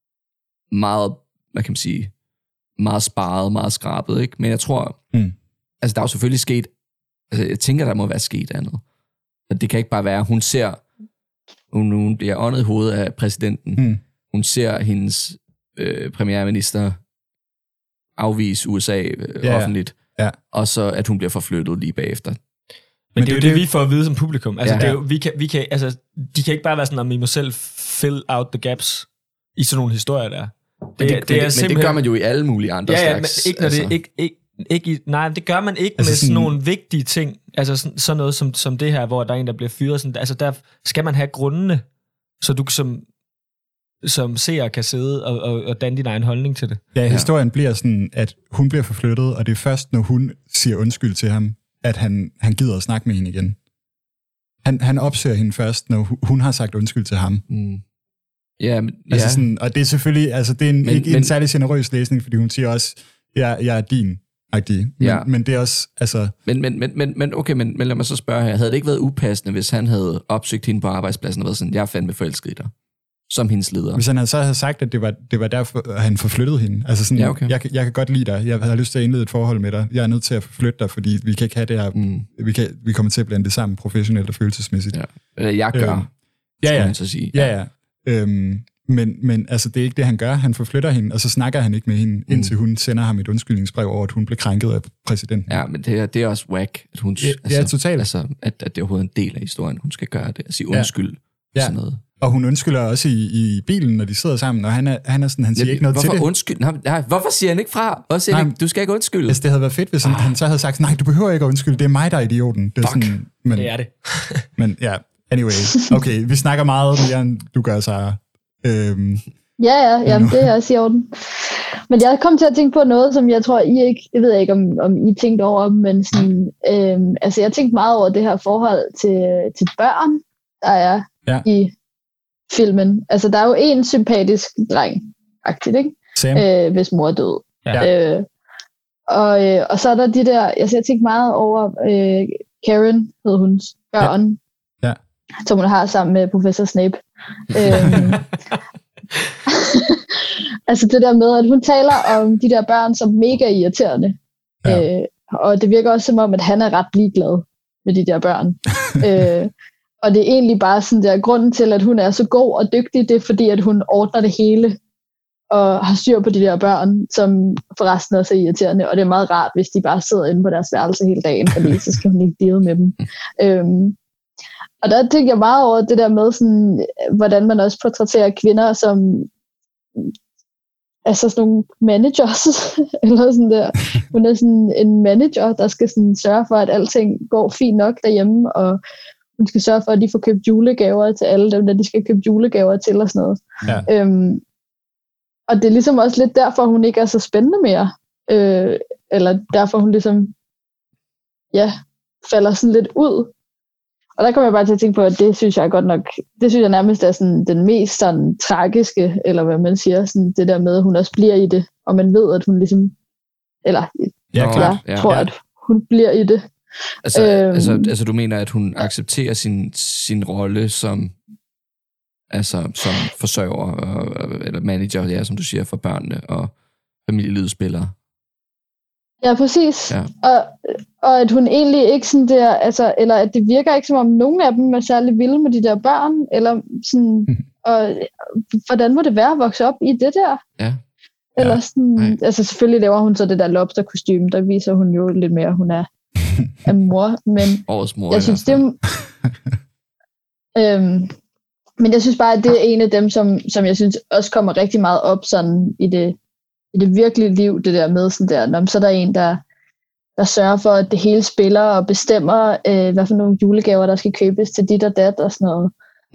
hvad kan man sige, meget sparet, meget skrabet, ikke? Men jeg tror, altså der er jo selvfølgelig sket, altså jeg tænker, der må være sket andet. Og det kan ikke bare være, hun bliver åndet i hovedet af præsidenten. Hun ser hendes premierminister afvise USA offentligt, og så at hun bliver forflyttet lige bagefter. Men det er jo det, vi får at vide som publikum. Altså, det er jo, vi kan, altså, de kan ikke bare være sådan, at vi må selv fill out the gaps i sådan nogle historier der. Men det gør man jo i alle mulige andre slags. Men ikke, når det, nej, det gør man ikke altså med sådan nogle vigtige ting. Altså sådan noget som det her, hvor der er en, der bliver fyret. Sådan, altså der skal man have grundene, så du som seer kan sidde og danne din egen holdning til det. Ja, historien bliver sådan, at hun bliver forflyttet, og det er først, når hun siger undskyld til ham, at han gider at snakke med hende igen. Han opsøger hende først, når hun har sagt undskyld til ham. Altså sådan, og det er selvfølgelig, altså det er ikke en særlig generøs læsning, fordi hun siger også, jeg er din. Men det er også, altså... Men okay, men lad mig så spørge her. Havde det ikke været upassende, hvis han havde opsøgt hende på arbejdspladsen og været sådan, jeg er fandme forelsket i dig? som hendes leder. Hvis han så havde sagt, at det var derfor, at han forflyttede hende. Altså sådan, okay. jeg kan godt lide dig. Jeg har lyst til at indlede et forhold med dig. Jeg er nødt til at forflytte dig, fordi vi kan ikke have det her. Vi kommer til at blande det sammen professionelt og følelsesmæssigt. Ja. Jeg gør, skulle man så sige. Ja. Men altså, det er ikke det, han gør. Han forflytter hende, og så snakker han ikke med hende, indtil hun sender ham et undskyldningsbrev over, at hun blev krænket af præsidenten. Ja, men det er også whack, at hun... totalt. Altså, at det er overhovedet en del af historien, hun skal gøre det. At sige undskyld. Sådan noget. Og hun undskylder også i bilen, når de sidder sammen, og han siger ikke noget til det. Undskyld? Nej, hvorfor siger han ikke fra? Også siger ikke, du skal ikke undskylde. Altså, det havde været fedt, hvis han så havde sagt, nej, du behøver ikke at undskylde, det er mig, der er idioten. Det er sådan, men, det er det. Men ja, anyway. Okay, vi snakker meget mere, end du gør, Sarah. Jamen, det er også i orden. Men jeg kom til at tænke på noget, som jeg tror, jeg ved ikke, om I tænkte over, men sådan, altså jeg tænkte meget over det her forhold til børn, der er i filmen. Altså, der er jo en sympatisk dreng-agtigt, ikke? Hvis mor er død. Ja. Og så er der de der, jeg tænkte meget over Karen, hed hun, børn, som hun har sammen med professor Snape. Altså det der med, at hun taler om de der børn som mega irriterende. Og det virker også som om, at han er ret ligeglad med de der børn. Og det er egentlig bare sådan der, grunden til, at hun er så god og dygtig, det er fordi, at hun ordner det hele og har styr på de der børn, som forresten også er irriterende. Og det er meget rart, hvis de bare sidder inde på deres værelse hele dagen, fordi så skal hun ikke deal med dem. Og der tænker jeg meget over det der med, sådan, hvordan man også portrætterer kvinder som altså sådan nogle managers, eller sådan der. Hun er sådan en manager, der skal sådan sørge for, at alting går fint nok derhjemme, og hun skal sørge for, at de får købt julegaver til alle dem, der de skal købe julegaver til, og sådan noget. Ja. Og det er ligesom også lidt derfor, hun ikke er så spændende mere. Eller derfor hun ligesom falder sådan lidt ud. Og der kommer jeg bare til at tænke på, at det synes jeg godt nok, det synes jeg nærmest er sådan den mest sådan tragiske, eller hvad man siger, sådan det der med, at hun også bliver i det, og man ved, at hun ligesom, eller jeg tror, at hun bliver i det. Altså du mener, at hun accepterer sin rolle som forsørger, eller manager, som du siger, for børnene og familielivet spiller. Ja, præcis. Ja. Og at hun egentlig ikke sådan der, altså, eller at det virker ikke som om nogen af dem er særlig vilde med de der børn, eller sådan, og hvordan må det være at vokse op i det der? Ja. Eller sådan, altså selvfølgelig laver hun så det der lobsterkostyme, der viser hun jo lidt mere, hun er mor, men årets mor, jeg synes det men jeg synes bare, at det er en af dem, som jeg synes også kommer rigtig meget op sådan i det virkelige liv, det der med sådan der, når så er der en, der sørger for, at det hele spiller og bestemmer, hvad for nogle julegaver, der skal købes til dit og dat og sådan noget.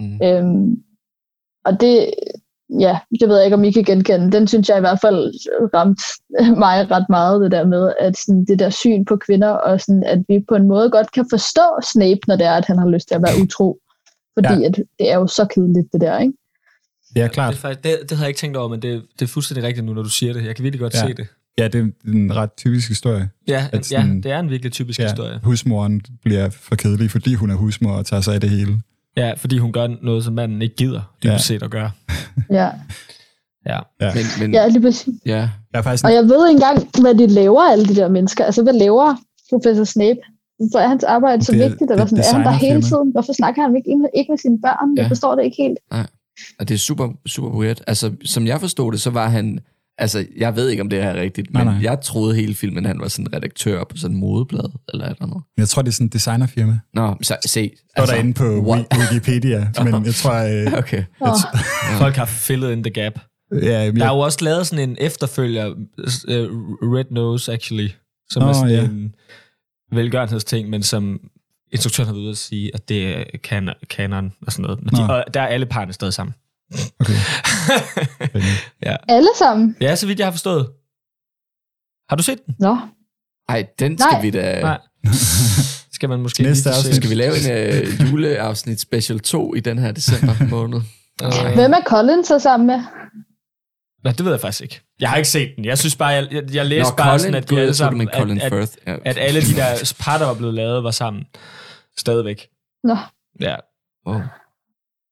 Og det ved jeg ikke, om I kan genkende. Den synes jeg i hvert fald ramte mig ret meget, det der med, at sådan, det der syn på kvinder, og sådan, at vi på en måde godt kan forstå Snape, når det er, at han har lyst til at være utro. Fordi at det er jo så kedeligt, det der, ikke? Ja, klart. Det havde jeg ikke tænkt over, men det er fuldstændig rigtigt nu, når du siger det. Jeg kan virkelig godt se det. Ja, det er en ret typisk historie. Ja, det er en virkelig typisk historie. Husmoren bliver for kedelig, fordi hun er husmor og tager sig af det hele. Ja, fordi hun gør noget, som manden ikke gider dybest set at gøre. Ja. Men, ja, lige præcis. Ja. Og jeg ved ikke engang, hvad de laver, alle de der mennesker. Altså, hvad laver professor Snape? Hvorfor er hans arbejde så vigtigt? Eller sådan, er han der hele tiden? Hvorfor snakker han ikke med sine børn? Jeg forstår det ikke helt. Nej. Og det er super, super weird. Altså, som jeg forstod det, så var han... Altså, jeg ved ikke, om det er rigtigt, men jeg troede hele filmen, han var sådan en redaktør på sådan en modeblad, eller et eller andet. Jeg tror, det er sådan en designerfirma. Nå, så se. Står der inde på Wikipedia, men jeg tror... Okay. Folk har filled in the gap. Der er jo også lavet sådan en efterfølger, Red Nose, actually, som er sådan en velgørenhedsting, men som instruktøren har været ude at sige, at det er kanon og sådan noget. Og der er alle parerne stadig sammen. Okay. Ja. Alle sammen? Ja, så vidt jeg har forstået. Har du set den? Nå. Ej, den skal vi da... Nej. Skal man måske... Næste afsnit. Skal vi lave en juleafsnit special 2 i den her december måned? Hvem er Colin så sammen med? Nej, det ved jeg faktisk ikke. Jeg har ikke set den. Jeg synes bare, jeg læste bare sådan, at de alle sammen, at alle de der par, der var blevet lavet, var sammen. Stadigvæk. Nå. Ja. Oh.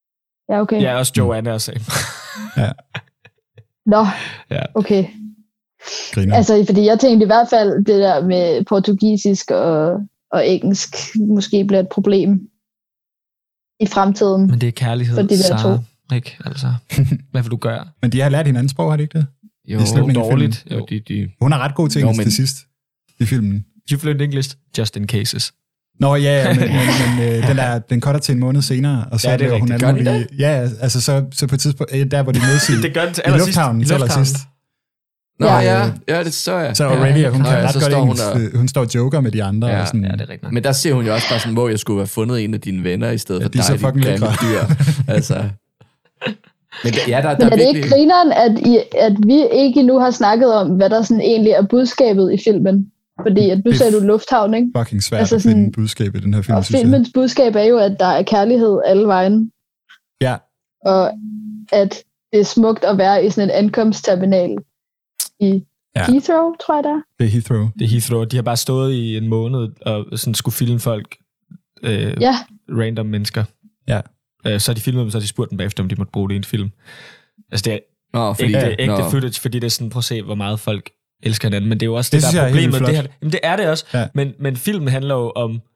Ja, okay. Ja, også Joanna og Sam. Ja. Nå, Ja. okay. Griner. Altså, fordi jeg tænkte i hvert fald, det der med portugisisk og engelsk måske bliver et problem i fremtiden. Men det er kærlighed, For de der Sarah. Ikke? Altså, hvad vil du gøre? Men de har lært hinandens sprog, har de ikke det? Jo, I slutningen af dårligt. filmen. de. Hun er ret god til engelsk til sidst i filmen. You fluent English, just in cases. Nå ja, men den cutter til en måned senere, og så Ja, det er laver hun rigtigt. alle Gør mulige... Ja, altså så på et tidspunkt, der hvor de mødes Det gør den til i lufthavnen til allersidst. Nå Ja. ja, det så jeg. Så Aurelia, hun Nå, kan ja, ret så godt står hun engelsk. Hun står og joker med de andre. Ja, og sådan, Ja, det er rigtigt. Men der ser hun jo også bare sådan, hvor jeg skulle have fundet en af dine venner, i stedet for de er så dig, fucking grimme lækre. dyr. Altså. Men ja, der Men er det virkelig... ikke grineren, at vi ikke nu har snakket om, hvad der sådan egentlig er budskabet i filmen? Fordi at du sagde du lufthavn, ikke? fucking svært Altså at finde sådan- budskab i den her film, Og synes jeg. filmens budskab er jo, at der er kærlighed alle vejen. Ja, Og at det er smukt at være i sådan en ankomstterminal i Heathrow, tror jeg der. det er Heathrow. Det er Heathrow. De har bare stået i en måned og sådan skulle filme folk. Ja. Random mennesker. Ja. Så har de filmet dem, så har de spurgt dem bagefter, om de måtte bruge det i en film. Altså det er Nå, fordi... ægte footage, fordi det er sådan, prøv at se, hvor meget folk elsker hinanden. Men det er jo også Det det, synes der er jeg er helt problemet. flot. Jamen, det er det også. Ja. Men filmen handler jo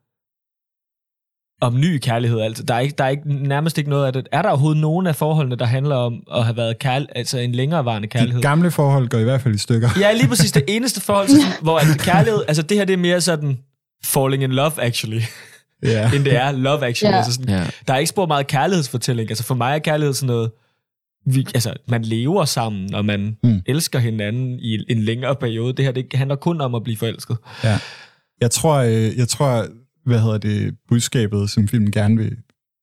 om ny kærlighed. Altså, der er ikke nærmest ikke noget af det. Er der overhovedet nogen af forholdene, der handler om at have været altså en længerevarende kærlighed? De gamle forhold går i hvert fald i stykker. Ja, lige præcis det eneste forhold, hvor at kærlighed, altså det her det er mere sådan falling in love actually, Ja. end det er love actually. Ja. Altså sådan, Ja. der er ikke spor meget kærlighedsfortælling. Altså for mig er kærlighed sådan noget, altså man lever sammen, og man elsker hinanden i en længere periode. Det her det handler kun om at blive forelsket. Ja. Jeg tror, budskabet, som filmen gerne vil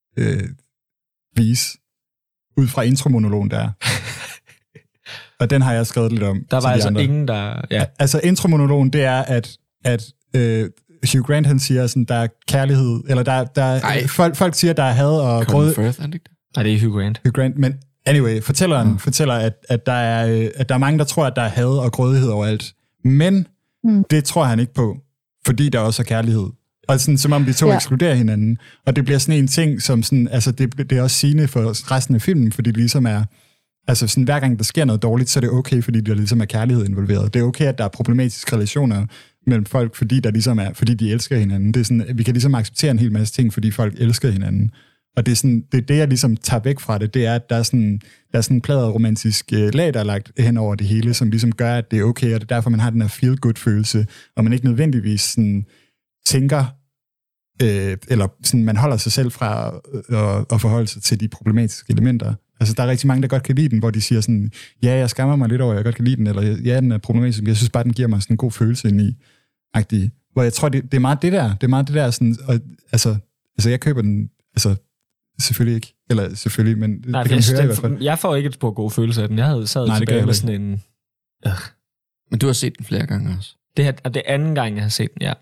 vise, ud fra intromonologen der. Og den har jeg skrevet lidt om. Der var til de altså andre. ingen, der... Ja. Altså intromonologen, det er, at Hugh Grant, han siger, sådan, der er kærlighed, eller der folk siger, der er had og Colin gråd. Firth, er det ikke det? Nej, det er Hugh Grant. Hugh Grant, men anyway, fortæller, at der er mange, der tror, at der er had og grådighed overalt. Men det tror han ikke på, fordi der også er kærlighed. Og sådan, som om de to ekskluderer hinanden. Og det bliver sådan en ting, som sådan, altså det er også sigende for resten af filmen, fordi det ligesom er, altså sådan, hver gang der sker noget dårligt, så er det okay, fordi der ligesom er kærlighed involveret. Det er okay, at der er problematiske relationer mellem folk, fordi de elsker hinanden. Det er sådan, vi kan ligesom acceptere en hel masse ting, fordi folk elsker hinanden. Og det er det, jeg ligesom tager væk fra det, det er, at der er sådan en romantisk lag, der er lagt hen over det hele, som ligesom gør, at det er okay, og det er derfor, man har den her feel-good-følelse, og man ikke nødvendigvis sådan tænker, eller sådan, man holder sig selv fra at forholde sig til de problematiske elementer. Altså, der er rigtig mange, der godt kan lide den, hvor de siger sådan, ja, jeg skammer mig lidt over, jeg godt kan lide den, eller ja, den er problematisk, men jeg synes bare, den giver mig sådan en god følelse indeni. Hvor jeg tror, det er meget det der. Det er meget det der, sådan, og, altså, jeg køber den, altså, selvfølgelig ikke. Eller selvfølgelig, men Nej, det kan man høre i hvert fald. Jeg får ikke et spor god følelse af den. Jeg havde sad tilbage med sådan en... Men du har set den flere gange også. Det er anden gang, jeg har set den, ja.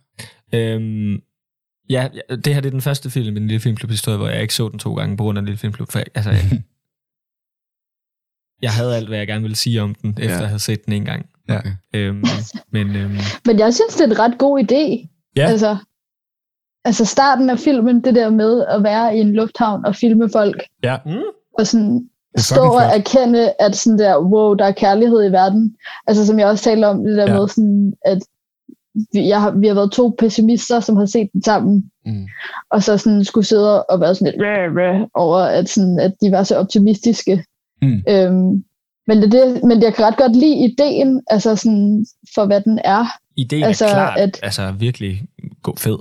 Det her det er den første film i den lille filmklub-historie, hvor jeg ikke så den 2 gange på grund af den lille filmklub. Jeg havde alt, hvad jeg gerne ville sige om den, efter jeg havde set den en gang. Ja. Men jeg synes, det er en ret god idé. Ja. Altså starten af filmen, det der med at være i en lufthavn og filme folk. Ja. Og sådan stå og erkende, at sådan der, wow, der er kærlighed i verden. Altså som jeg også talte om, det der med sådan, at vi har været 2 pessimister, som har set den sammen. Og så sådan skulle sidde og være sådan lidt over, at de var så optimistiske. Men jeg kan ret godt lide ideen, altså sådan, for hvad den er. Ideen altså, er klart, altså virkelig god fed.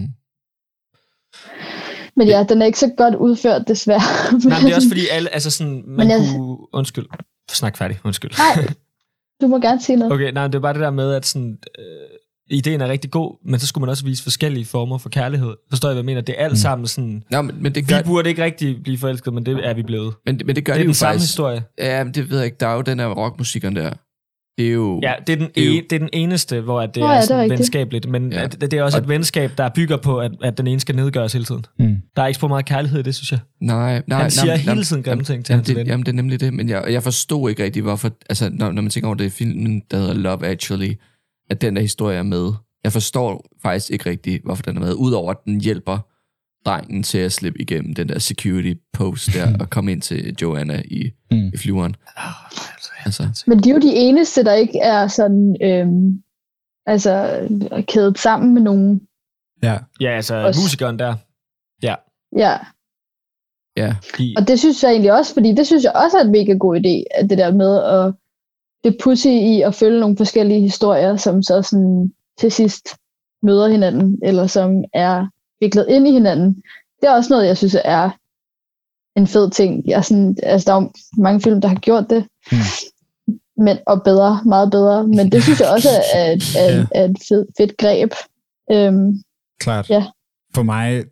Men ja, den er ikke så godt udført, desværre. Nej, men det er også fordi alle, altså sådan, kunne... Undskyld. Snak færdig, undskyld. Nej, du må gerne sige noget. Okay, nej, det er bare det der med, at sådan, ideen er rigtig god, men så skulle man også vise forskellige former for kærlighed. Forstår jeg, hvad jeg mener? Det er alt sammen sådan... Nå, men det gør... Vi burde ikke rigtig blive forelsket, men det er vi blevet. Men det gør det er jo den samme faktisk... historie. Ja, men det ved jeg ikke. Der er jo den der rockmusikeren der. Det er jo... Ja, det er den eneste, hvor at det er sådan venskabeligt, men det er også et venskab, der bygger på, at den ene skal nedgøres hele tiden. Der er ikke så meget kærlighed i det, synes jeg. Nej. Han siger hele tiden grimme ting til hans ven. Jamen, det er nemlig det, men jeg forstod ikke rigtig, hvorfor... Altså, når man tænker over det i filmen, der hedder Love Actually, at den der historie er med. Jeg forstår faktisk ikke rigtig, hvorfor den er med, udover at den hjælper drengen til at slippe igennem den der security post der, og komme ind til Joanna i flyveren. Altså. Men de er jo de eneste, der ikke er sådan kædet sammen med nogen. Ja, altså også. Musikeren der. Ja. Og det synes jeg egentlig også, fordi det synes jeg også er en mega god idé, at det der med at det pussy i at følge nogle forskellige historier, som så sådan til sidst møder hinanden, eller som er viklet ind i hinanden. Det er også noget, jeg synes er en fed ting. Der er jo mange film, der har gjort det, men, og bedre, meget bedre, men det synes jeg også er et fedt greb. Klart. Ja. For mig,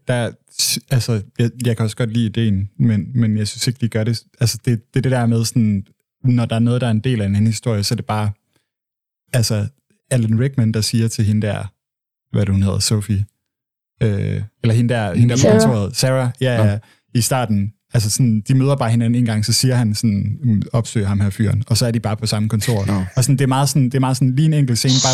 jeg kan også godt lide ideen, men jeg synes ikke, de gør det. Altså, det der med sådan, når der er noget, der er en del af en historie, så er det bare, altså, Alan Rickman, der siger til hende der, hvad hun hedder, Sophie, eller hende der på kontoret, Sarah, ja, i starten, altså sådan, de møder bare hinanden en gang, så siger han sådan, opsøger ham her fyren, og så er de bare på samme kontor. No. Og sådan, det er meget sådan lige en enkelt scene, bare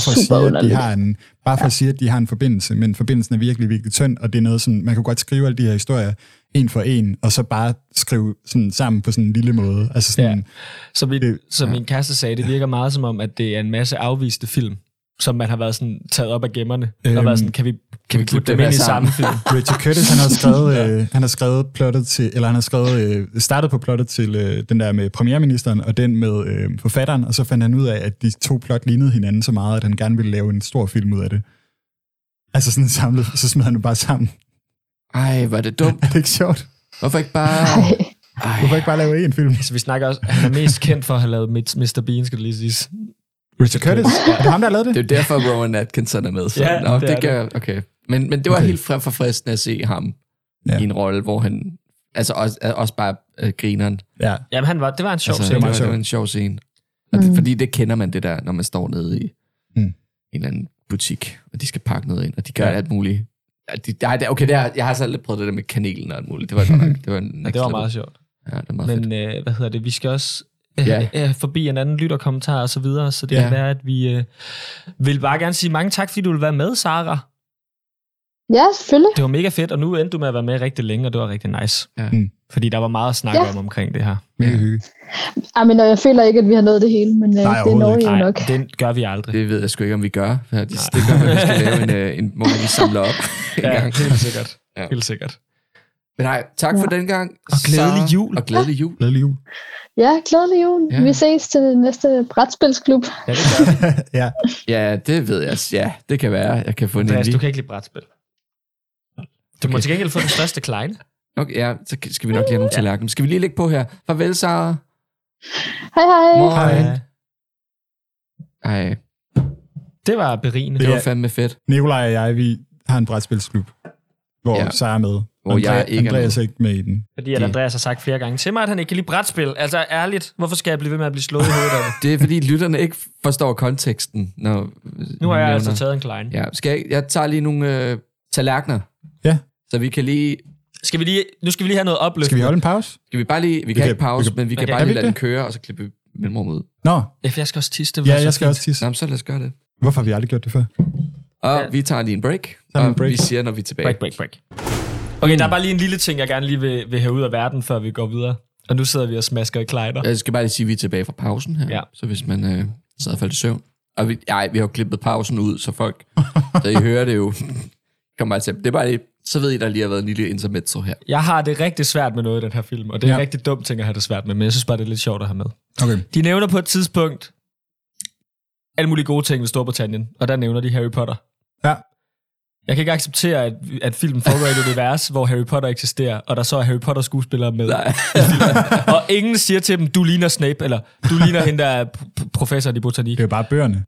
for at sige, at de har en forbindelse, men forbindelsen er virkelig, virkelig tynd, og det er noget sådan, man kan godt skrive alle de her historier en for en, og så bare skrive sådan sammen på sådan en lille måde. Altså sådan, som min kæreste sagde, det virker meget som om, at det er en masse afviste film, som man har været sådan taget op af gemmerne. Og været sådan, kan vi putte dem ind i samme film? Richard Curtis, han har skrevet plottet til, eller han har startet på plottet til den der med premierministeren, og den med forfatteren, og så fandt han ud af, at de to plot lignede hinanden så meget, at han gerne ville lave en stor film ud af det. Altså sådan samlet, så smed han jo bare sammen. Ej, var det dumt. Er det ikke sjovt? Hvorfor ikke bare lave en film? Så vi snakker også, han er mest kendt for at have lavet Mr. Bean, skal det lige siges. Richard Curtis? Er det ham, der har lavet det? Det er jo derfor, Rowan Atkinson er med. Så. Ja, Nå, det gør, okay. Men det var helt forfriskende at se ham i en rolle, hvor han altså også bare grineren. Ja. Jamen, det var en sjov scene. Det var en sjov scene. Fordi det kender man det der, når man står nede i en eller anden butik, og de skal pakke noget ind, og de gør alt muligt. Jeg har så aldrig prøvet det der med kanelen og alt muligt. Det var godt nok. Det var meget sjovt. Ja, det var meget fedt. Hvad hedder det? Vi skal også forbi en anden lytterkommentar og så videre, så det kan være, at vi vil bare gerne sige mange tak, fordi du vil være med, Sara. Ja, selvfølgelig. Det var mega fedt, og nu endte du med at være med rigtig længe, og det var rigtig nice. Ja. Fordi der var meget at snakke om omkring det her. Mega hyggeligt. Men jeg føler ikke, at vi har nået det hele, men det når vi jo nok. Det gør vi aldrig. Det ved jeg sgu ikke, om vi gør. Det gør, at vi skal lave en hvor vi samler op en gang. Helt sikkert. Ja. Helt sikkert. Men nej, tak for den gang. Og glædelig jul. Og glædelig jul. Glædelig jul. Ja, glædelig jul. Ja. Vi ses til den næste brætspilsklub. Ja, det gør vi. Ja, det ved jeg. Ja, det kan være. Jeg kan få en du kan ikke lide brætspil. Du må til gengæld få den største kleine. Okay, ja, så skal vi nok lige have nogle tallerkener. Skal vi lige lægge på her? Farvel, Sara. Hej. Hej. Det var berigende. Det var fandme fedt. Nikolaj og jeg, vi har en brætspilsklub, hvor Sara er med. Hvor Andreas er ikke med i den. Fordi at Andreas har sagt flere gange til mig, at han ikke kan lide brætspil. Altså ærligt, hvorfor skal jeg blive ved med at blive slået i hovedet af det? Det er fordi lytterne ikke forstår konteksten. Nu har jeg altså taget en klein. Ja, jeg tager lige nogle tallerkener. Ja. Så vi kan lige... Nu skal vi lige have noget opløft. Skal vi holde en pause? Skal vi bare lige... Vi kan ikke pause, men vi kan bare lige lade den køre, og så klippe mellemrum ud. Nå. Jeg skal også tisse. Jeg skal også tisse. Nå, så lad os gøre det. Hvorfor har vi aldrig gjort det før? Og vi tager lige en break. Vi siger, når vi er tilbage. Break. Okay, der er bare lige en lille ting, jeg gerne lige vil have ud af verden, før vi går videre. Og nu sidder vi og smasker i klejder. Jeg skal bare lige sige, at vi er tilbage fra pausen her. Ja. Så hvis man sidder og falder i søvn. Og vi har jo klippet pausen ud, så folk... så I hører det jo... Kom bare til. Det er bare lige... Så ved I, der lige har været en lille intermezzo her. Jeg har det rigtig svært med noget i den her film, og det er en rigtig dum ting at have det svært med, men jeg synes bare, det er lidt sjovt at have med. Okay. De nævner på et tidspunkt alle mulige gode ting ved Storbritannien, og der nævner de Harry Potter. Ja. Jeg kan ikke acceptere, at filmen foregår i et univers, hvor Harry Potter eksisterer, og der så er Harry Potter skuespillere med. Og ingen siger til dem, du ligner Snape, eller du ligner hende, der er professor i botanik. Det er bare bøgerne.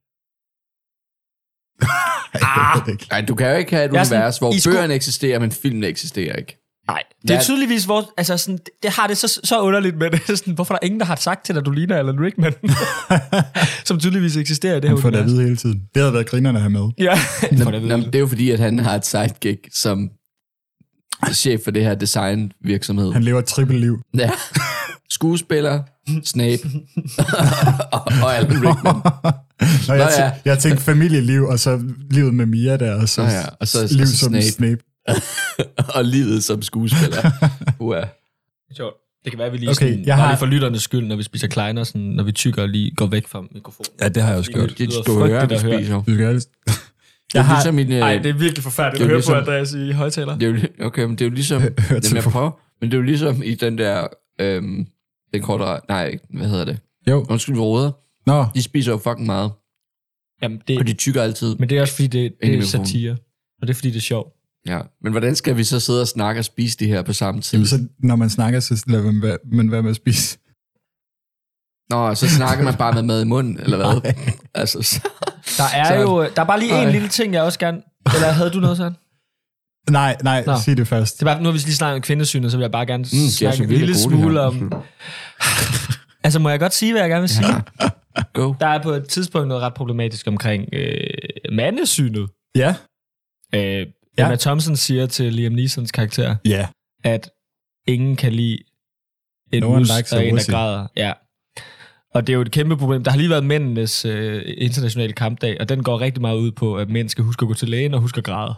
Nej, du kan jo ikke have et univers, hvor bøgerne eksisterer, men filmen eksisterer ikke. Nej, det er tydeligvis, hvor, altså sådan, det har det så underligt med det. Sådan, hvorfor er der ingen, der har sagt til dig, du ligner Alan Rickman? Som tydeligvis eksisterer i det her univers. For det at vide hele tiden. Det havde været grinerne at have med. Ja. Det er jo fordi, at han har et sidekick som chef for det her designvirksomhed. Han lever et trippelliv. Ja. Skuespiller, Snape og Alan Rickman. Jeg tænkte familieliv, og så livet med Mia der, og så, og så liv som Snape. og livet som skuespiller. Sjovt. Det kan være, at vi lige, sådan, bare lige for lytternes skyld, når vi spiser kleiner, sådan, når vi tykker og lige går væk fra mikrofonen. Ja, det har jeg også gjort. Det er du hører, vi spiser. Du skal Nej, det er virkelig forfærdeligt at høre på Andreas i højtaler. Okay, men det er jo ligesom... Men det er jo ligesom i den der... den korte... Nej, hvad hedder det? Jo. Undskyld, råder. Nå. De spiser jo fucking meget. Jamen, det, og de tykker altid. Men det er også fordi, det er satire. Og det er fordi, det er sjovt. Ja, men hvordan skal vi så sidde og snakke og spise det her på samme tid? Jamen, så når man snakker, så lader man være med at spise. Nå, så snakker man bare med mad i munden, eller hvad? Altså, der er bare lige en lille ting, jeg også gerne... Eller havde du noget sådan? Nej, sig det først. Det er bare, nu har vi lige snakket om kvindesynet, så vil jeg bare gerne snakke en lille smule om... Altså, må jeg godt sige, hvad jeg gerne vil sige? Ja. Go. Der er på et tidspunkt noget ret problematisk omkring mandesynet. Ja. Emma Thompson siger til Liam Neesons karakter, at ingen kan lide en mus og en, der græder. Ja. Og det er jo et kæmpe problem. Der har lige været mændenes internationale kampdag, og den går rigtig meget ud på, at mænd skal huske at gå til lægen og huske at græde.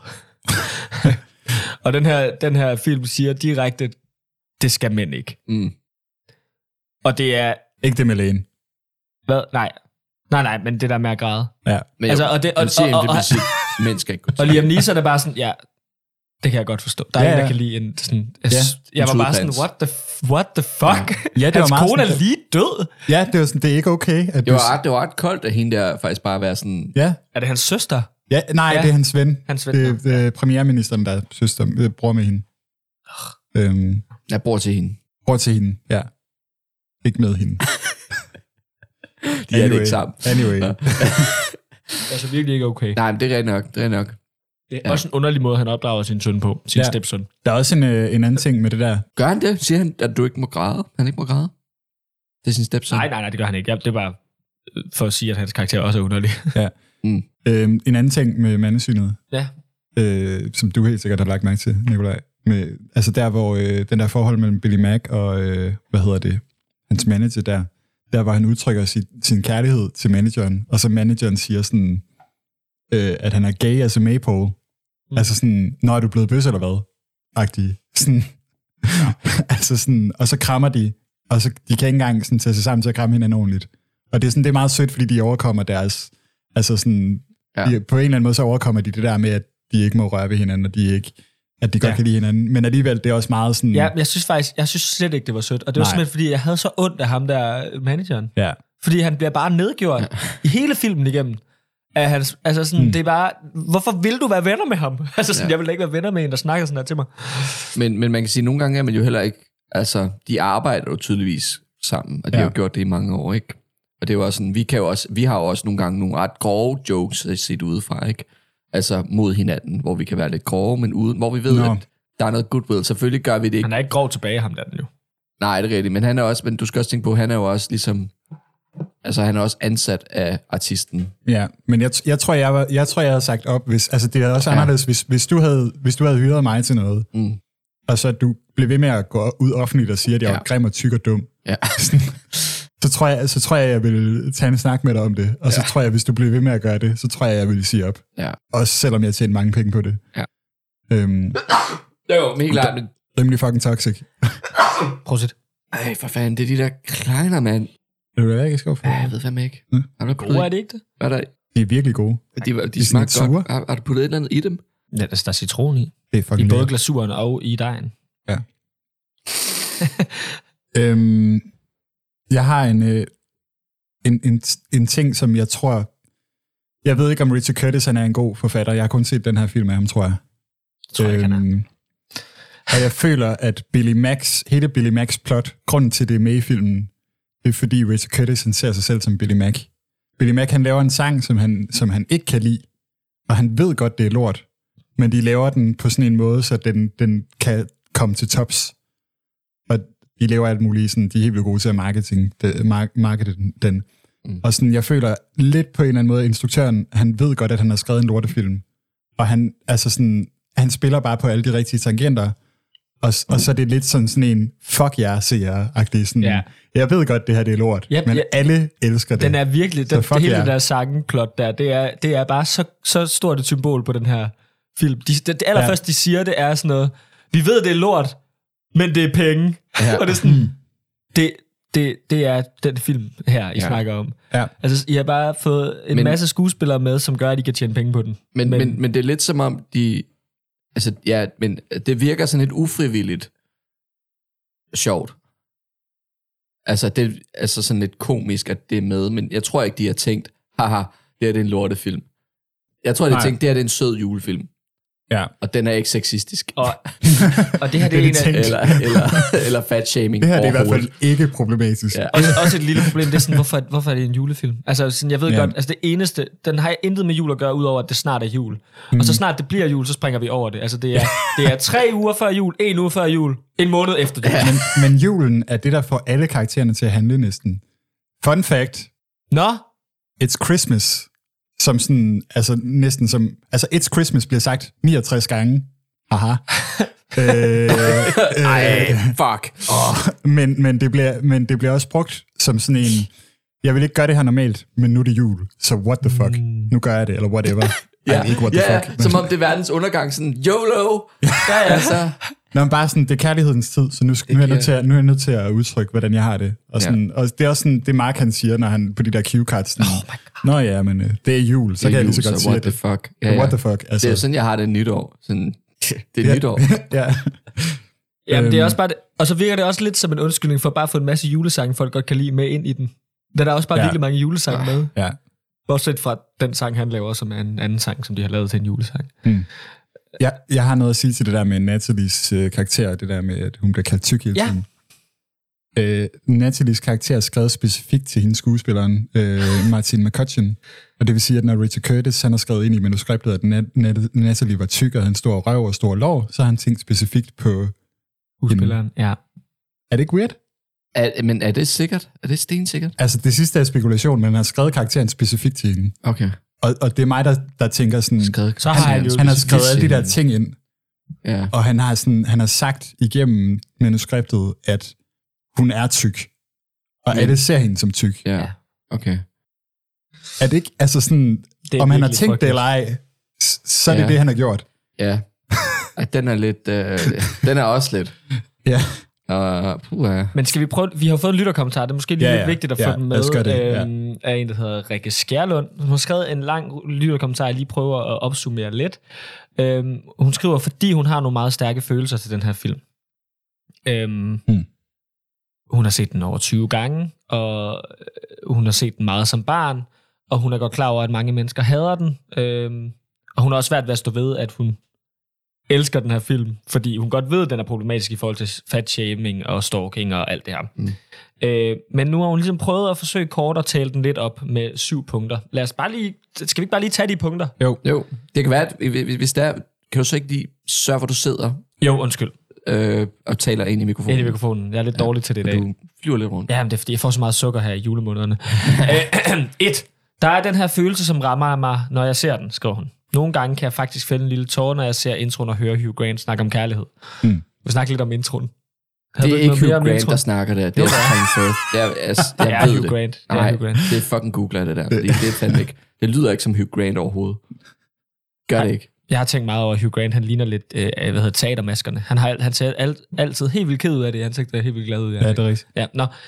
Og den her film siger direkte, det skal mænd ikke. Mm. Og det er... Ikke det med lægen. Hvad? Nej, men det der med at græde. Ja. Men altså, mænd skal ikke gå til. Og Liam Neeson er bare sådan, ja, det kan jeg godt forstå. Der er en, der kan lide en sådan... Jeg var bare sådan, what the fuck? Ja, det hans kone er lige død. Ja, det var sådan, det er ikke okay. At det var ret koldt, at hende der faktisk bare være sådan... Ja. Er det hans søster? Ja, nej, det er hans ven. Det er premierministeren, der er søster, bror med hende. Ja, bror til hende. Bror til hende, ja. Ikke med hende. De er det ikke sammen. Anyway. Det er altså virkelig ikke okay. Nej, men det er rigtig nok. Det er også en underlig måde, han opdrager sin søn på. Sin stepsøn. Der er også en anden ting med det der. Gør han det? Siger han, at du ikke må græde? Han ikke må græde? Det er sin stepsøn. Nej, det gør han ikke. Det er bare for at sige, at hans karakter også er underlig. Ja. Mm. En anden ting med mandesynet, som du helt sikkert har lagt mærke til, Nikolaj. Altså der, hvor den der forhold mellem Billy Mack og, hans manager der hvor han udtrykker sin kærlighed til manageren, og så manageren siger sådan, at han er gay as a maypole. Mm. Altså sådan, når er du blevet bøs eller hvad? Agtig. Sådan. Ja. Altså sådan, og så krammer de, og så de kan ikke engang sådan tage sig sammen til at kramme hinanden ordentligt. Og det er meget sødt, fordi de overkommer deres, altså sådan, på en eller anden måde så overkommer de det der med, at de ikke må røre ved hinanden, og at de godt kan lide hinanden. Men alligevel, det er også meget sådan... Ja, jeg synes slet ikke, det var sødt. Og det var simpelthen, fordi jeg havde så ondt af ham der, manageren. Ja. Fordi han bliver bare nedgjort i hele filmen igennem. Altså sådan, det er bare... Hvorfor vil du være venner med ham? Altså sådan, jeg vil ikke være venner med en, der snakker sådan her til mig. Men man kan sige, nogle gange er man jo heller ikke... Altså, de arbejder jo tydeligvis sammen, og de har jo gjort det i mange år, ikke? Og det er jo også sådan, vi har jo også nogle gange nogle ret grove jokes set udefra, ikke? Altså mod hinanden, hvor vi kan være lidt grove, men uden, hvor vi ved, at der er noget goodwill. Selvfølgelig gør vi det ikke. Han er ikke grov tilbage, ham der jo. Nej, det er rigtigt, men han er også, men du skal også tænke på, han er jo også ligesom, altså han er også ansat af artisten. Ja, men jeg tror, jeg havde sagt op, hvis, altså det er også anderledes, hvis du havde hyret mig til noget, og så du blev ved med at gå ud offentligt og sige, at jeg var grim og tyk og dum. Ja. Så tror jeg vil tage en snak med dig om det. Og så tror jeg, hvis du bliver ved med at gøre det, så tror jeg vil sige op. Ja. Også selvom jeg tjener mange penge på det. Ja. Det er jo helt klart. Rimelig fucking toxic. Prosit. Ej, for fanden, det er de der kleiner, mand. Er du ikke skov for? Ja, jeg ved fandme ikke. Gode er det ikke det? Hvad er der? De er virkelig gode. De smager godt. Har du puttet et eller andet i dem? Ja, der er citron i. Det er fucking i både glasuren og i dejen. Ja. Jeg har en ting, som jeg tror... Jeg ved ikke, om Richard Curtis han er en god forfatter. Jeg har kun set den her film af ham, tror jeg. Tror jeg, han er. Og jeg føler, at hele Billy Macks plot, grunden til det er med i filmen, det er fordi Richard Curtis han ser sig selv som Billy Mack. Billy Mack han laver en sang, som han ikke kan lide, og han ved godt, det er lort, men de laver den på sådan en måde, så den kan komme til tops. Og de laver alt muligt, sådan, de er helt vildt gode til at markete den. Og sådan, jeg føler lidt på en eller anden måde, instruktøren, han ved godt, at han har skrevet en lortefilm, og han spiller bare på alle de rigtige tangenter, og så er det lidt sådan en fuck jer, siger sådan. Yeah. Jeg ved godt, det her det er lort, men alle elsker det. Den er virkelig, det hele det der sangenplot der, det er bare så stort et symbol på den her film. Det allerførste, de siger, det er sådan noget, Vi ved, det er lort, men det er penge. Ja. Og det er sådan... Det er den film her, I snakker om. Ja. Altså, I har bare fået en masse skuespillere med, som gør, at de kan tjene penge på den. Men det er lidt som om, de... Altså, ja, men det virker sådan lidt ufrivilligt sjovt. Altså, det er sådan lidt komisk, at det er med, men jeg tror ikke, de har tænkt, haha, det er en lortefilm. Jeg tror, de har tænkt, det er en sød julefilm. Ja. Og den er ikke sexistisk. Og det her, det er en af... eller fat-shaming. Det her det er i hvert fald ikke problematisk. Ja. Også et lille problem, det er sådan, hvorfor er det en julefilm? Altså, sådan, jeg ved godt, altså det eneste, den har intet med jul at gøre, udover at det snart er jul. Og så snart det bliver jul, så springer vi over det. Altså, det er 3 uger før jul, 1 uge før jul, en måned efter jul. Ja. Men julen er det, der får alle karaktererne til at handle næsten. Fun fact. It's Christmas. Som sådan, altså næsten som... Altså, It's Christmas bliver sagt 69 gange. Haha. Fuck. Men det bliver også brugt som sådan en... Jeg vil ikke gøre det her normalt, men nu er det jul. Så what the fuck? Nu gør jeg det, eller whatever. Ikke what the fuck. Som om det er verdens undergang. Sådan, YOLO! Altså... Nå, men bare sådan, det er kærlighedens tid, så nu er jeg nødt til at udtrykke, hvordan jeg har det. Og, sådan, og det er også sådan, det Mark han siger, når han på de der cue-cards, sådan, nå ja, men det er jul, så kan jeg lige så godt sige what the fuck. What the fuck. Altså. Det er jo sådan, jeg har det nytår. Sådan, det er nytår. Jamen, det er også bare det. Og så virker det også lidt som en undskyldning for bare at få en masse julesange, folk godt kan lide med ind i den. Der er også bare virkelig mange julesange med. Ja. Bortset fra den sang, han laver, som er en anden sang, som de har lavet til en julesang. Ja, jeg har noget at sige til det der med Nathalies karakter, det der med, at hun bliver kaldt tyk hele tiden. Nathalies karakter er skrevet specifikt til hendes skuespilleren, Martin McCutcheon. Og det vil sige, at når Richard Curtis han har skrevet ind i manuskriptet, at Nathalie var tyk, og han stor røv og stor lår, så har han tænkt specifikt på skuespilleren. Ja. Er det ikke weird? Men er det sikkert? Er det stensikkert? Altså, det sidste er spekulation, men han har skrevet karakteren specifikt til hende. Okay. Og det er mig, der tænker sådan... Så har han har skrevet alle de der ting ind. Ja. Og han har sagt igennem manuskriptet, at hun er tyk. Og alle ser hende som tyk. Ja, okay. Er det ikke... Altså sådan... Om han har tænkt det eller ej, så er det det, han har gjort. Ja. Den er lidt... den er også lidt... Ja. Men skal vi prøve... Vi har fået en lytterkommentar. Det er måske lige lidt vigtigt at få den med. Af en, der hedder Rikke Skjærlund. Hun har skrevet en lang lytterkommentar, jeg lige prøver at opsummere lidt. Hun skriver, fordi hun har nogle meget stærke følelser til den her film. Hun har set den over 20 gange, og hun har set den meget som barn, og hun er godt klar over, at mange mennesker hader den. Og hun har også svært ved at stå ved, at hun elsker den her film, fordi hun godt ved, at den er problematisk i forhold til fatshaming og stalking og alt det her. Men nu har hun ligesom prøvet at forsøge kort at tale den lidt op med 7 punkter. Lad os bare lige... Skal vi ikke bare lige tage de punkter? Jo. Det kan være, at hvis der kan du så ikke lige sørge, hvor du sidder? Jo, undskyld. Og taler ind i mikrofonen. Ind i mikrofonen. Jeg er lidt dårlig til det i dag. Du flyver lidt rundt. Ja, men det er fordi, jeg får så meget sukker her i julemånederne. 1. Der er den her følelse, som rammer mig, når jeg ser den, skriver hun. Nogle gange kan jeg faktisk fælde en lille tåre, når jeg ser introen og hører Hugh Grant snakke om kærlighed. Vi snakker lidt om introen. Det er ikke Hugh Grant, der snakker der. Det er Colin Firth. Jeg ved Hugh Grant. Nej, det er fucking Google det der. Fordi det er fandme ikke. Det lyder ikke som Hugh Grant overhovedet. Gør det ikke. Jeg har tænkt meget over, at Hugh Grant, han ligner lidt, teatermaskerne. Han ser altid helt vildt ked ud af det. Han er helt vildt glad ud af det. Ja, det er rigtigt. Ja,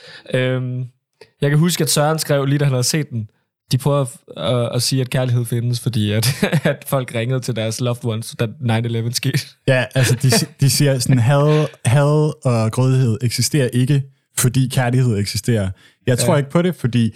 jeg kan huske, at Søren skrev lige, da han havde set den. De prøver at sige, at kærlighed findes, fordi at folk ringede til deres loved ones, da 9/11 skete. Ja, altså de siger sådan, had og grådighed eksisterer ikke, fordi kærlighed eksisterer. Jeg tror ikke på det, fordi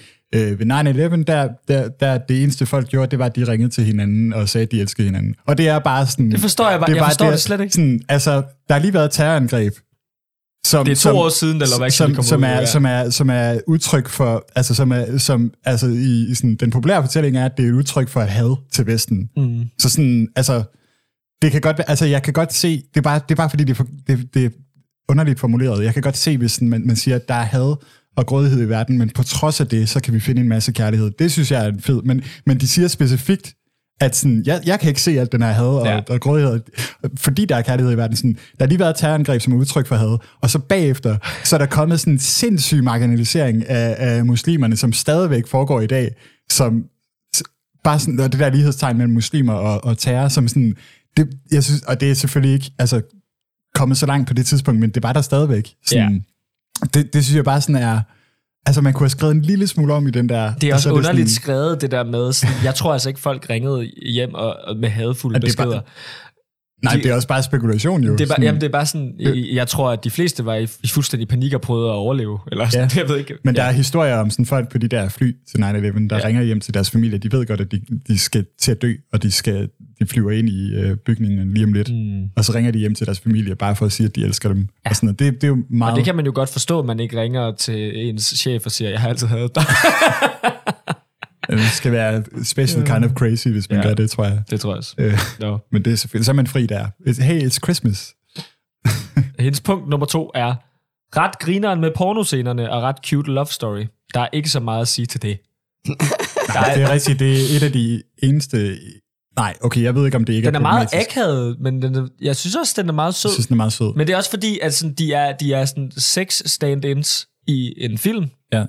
ved 9/11, der det eneste folk gjorde, det var, at de ringede til hinanden og sagde, at de elskede hinanden. Og det er bare sådan... Det forstår jeg bare. Jeg forstår det slet ikke. Sådan, altså, der har lige været terrorangreb. Det er 2 år siden, der Love Actually kom ud. Som er udtryk for, altså i sådan, den populære fortælling er, at det er et udtryk for et had til Vesten. Så sådan, altså, det kan godt være, altså jeg kan godt se, det er bare fordi det er underligt formuleret. Jeg kan godt se, hvis man siger, at der er had og grådighed i verden, men på trods af det, så kan vi finde en masse kærlighed. Det synes jeg er en fed, men de siger specifikt, at sådan, jeg kan ikke se alt den her had og grådighed, fordi der er kærlighed i verden. Sådan, der har lige været terrorangreb som er udtryk for had, og så bagefter, så er der kommet sådan en sindssyg marginalisering af muslimerne, som stadigvæk foregår i dag, som bare sådan, og det der lighedstegn mellem muslimer og terror, som sådan, det, jeg synes, og det er selvfølgelig ikke, altså kommet så langt på det tidspunkt, men det var der stadigvæk. Sådan, det synes jeg bare sådan er... Altså, man kunne have skrevet en lille smule om i den der... Det er også underligt skrevet, det der med... Sådan, jeg tror altså ikke, folk ringede hjem og med hadfulde beskeder. Nej, det er også bare spekulation, jo. Det er bare, jamen, det er bare sådan... Jeg tror, at de fleste var i fuldstændig panik og prøvede at overleve. Eller sådan, jeg ved ikke. Men der er historier om sådan folk på de der fly til 9/11, der ringer hjem til deres familie. De ved godt, at de skal til at dø, og de flyver ind i bygningen lige om lidt. Og så ringer de hjem til deres familie, bare for at sige, at de elsker dem. Og sådan noget. Det er jo meget... Og det kan man jo godt forstå, at man ikke ringer til ens chef og siger, jeg har altid hadet dig. Det skal være special kind of crazy, hvis man gør det, tror jeg. Det tror jeg også. Men det er selvfølgelig, så er man fri der. Hey, it's Christmas. Hendes punkt nummer 2 er, ret grineren med pornoscenerne og ret cute love story. Der er ikke så meget at sige til det. Nej, det er rigtigt. Det er et af de eneste... Nej, okay, jeg ved ikke, om det ikke er problematisk. Den er meget akavet, men jeg synes også, den er meget sød. Jeg synes, den er meget sød. Men det er også fordi, at sådan, de er sådan 6 stand-ins i en film. Ja.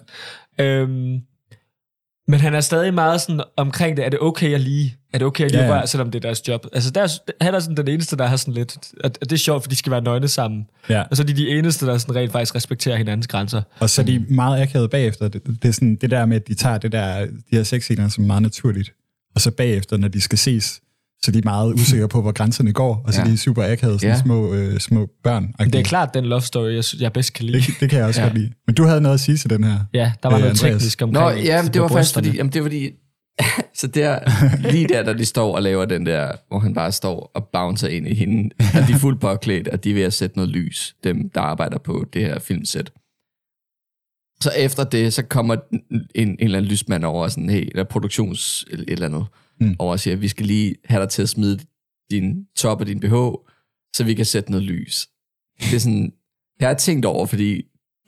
Men han er stadig meget sådan omkring det. Er det okay at lige røre, selvom det er deres job? Altså, han er sådan den eneste, der har sådan lidt... At det er sjovt, for de skal være nøgne sammen. Ja. Og så er de eneste, der sådan rent faktisk respekterer hinandens grænser. Og så er de meget akavet bagefter. Det er sådan det der med, at de tager de her sexscener som meget naturligt. Og så bagefter, når de skal ses, så de er meget usikre på, hvor grænserne går. Og så de er super akavet, sådan små børn. Men det er klart den love story, jeg bedst kan lide. Det kan jeg også godt lide. Men du havde noget at sige til den her. Ja, der var noget teknisk omkring. Nå, ja, det var faktisk fordi... Jamen, det var fordi... så der, lige der de står og laver den der, hvor han bare står og bouncer ind i hende, og de er fuldt påklædt, og de er ved at sætte noget lys, dem der arbejder på det her filmsæt. Så efter det, så kommer en eller anden lysmand over, og sådan, hey, eller produktions et eller andet, over og siger, vi skal lige have dig til at smide din top og din BH, så vi kan sætte noget lys. Det er sådan, jeg har tænkt over, fordi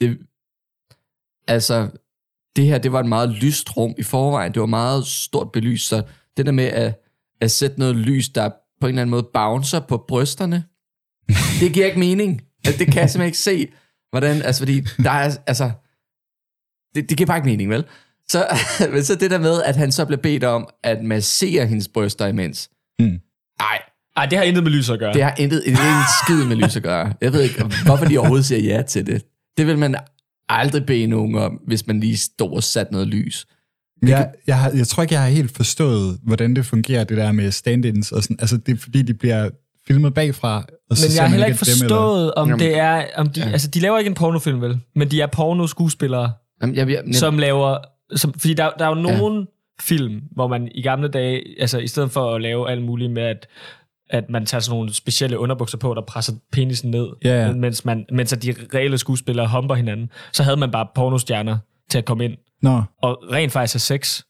det her, det var et meget lyst rum i forvejen. Det var meget stort belys, så det der med at sætte noget lys, der på en eller anden måde bouncer på brysterne, det giver ikke mening. Altså, det kan jeg simpelthen ikke se, hvordan, altså fordi der er, altså, det giver bare ikke mening, vel? Men så det der med, at han så bliver bedt om at massere hendes bryster imens. Nej, det har intet med lys at gøre. Det har intet skid med lys at gøre. Jeg ved ikke, hvorfor de overhovedet siger ja til det. Det vil man aldrig bede nogen om, hvis man lige står og sat noget lys. Jeg tror ikke, jeg har helt forstået, hvordan det fungerer, det der med stand-ins og sådan. Altså, det er fordi, de bliver filmet bagfra. Og så men jeg har heller ikke forstået, om det er... Altså, de laver ikke en pornofilm, vel? Men de er pornoskuespillere, som laver... Fordi der er jo nogle film, hvor man i gamle dage, altså i stedet for at lave alt muligt med, at man tager sådan nogle specielle underbukser på, der presser penisen ned, mens at de reelle skuespillere humper hinanden, så havde man bare pornostjerner til at komme ind. Og rent faktisk have sex.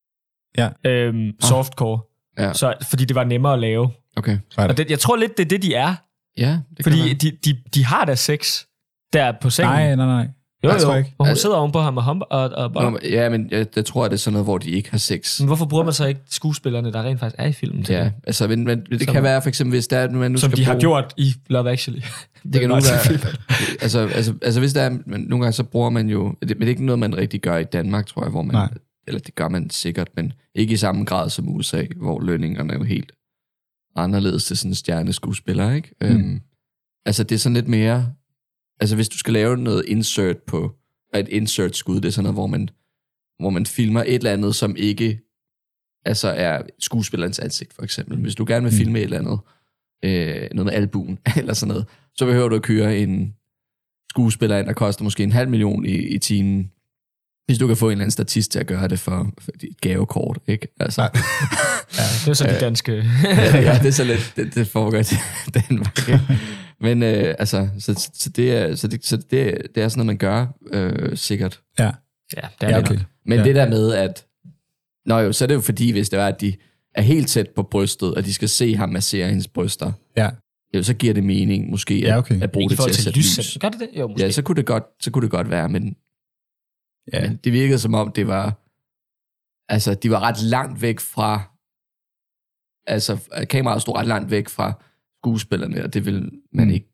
Softcore. Så, fordi det var nemmere at lave. Okay. Og jeg tror lidt, det er det, de er. Ja, det fordi de har der sex der på sengen. Nej. Jo, og hun sidder ovenpå ham og ja, men jeg tror, at det er sådan noget, hvor de ikke har sex. Men hvorfor bruger man så ikke skuespillerne, der rent faktisk er i filmen? Ja, altså, men det kan være for eksempel, hvis der er... Man nu som de har gjort i Love Actually. Det kan nogle være... altså, hvis der er... Nogle gange så bruger man jo... Men det er ikke noget, man rigtig gør i Danmark, tror jeg, hvor man... Eller det gør man sikkert, men ikke i samme grad som USA, hvor lønningerne er jo helt anderledes til sådan en stjerneskuespiller, ikke? Altså, det er sådan lidt mere... Altså, hvis du skal lave noget insert på et insert-skud, det er sådan noget, hvor man filmer et eller andet, som ikke altså er skuespillerens ansigt, for eksempel. Hvis du gerne vil filme et eller andet, noget med albuen, eller sådan noget, så behøver du at køre en skuespiller ind, der koster måske 500.000 i timen, hvis du kan få en eller anden statist til at gøre det for et gavekort, ikke? Altså. Ja, det er så det danske. ja, det er så lidt, det foregår i Danmark. Men altså, så det er sådan noget, man gør, sikkert. Ja, det er okay. Men det der med, at så er det jo fordi, hvis det var, at de er helt tæt på brystet, og de skal se ham massere hendes bryster, så giver det mening måske at bruge det til at sætte lys. Gør det det? Jo, måske. Ja, så kunne det godt være, men det virkede som om, det var... Altså, de var ret langt væk fra... Altså, kameraet stod ret langt væk fra skuespillerne, og det vil man ikke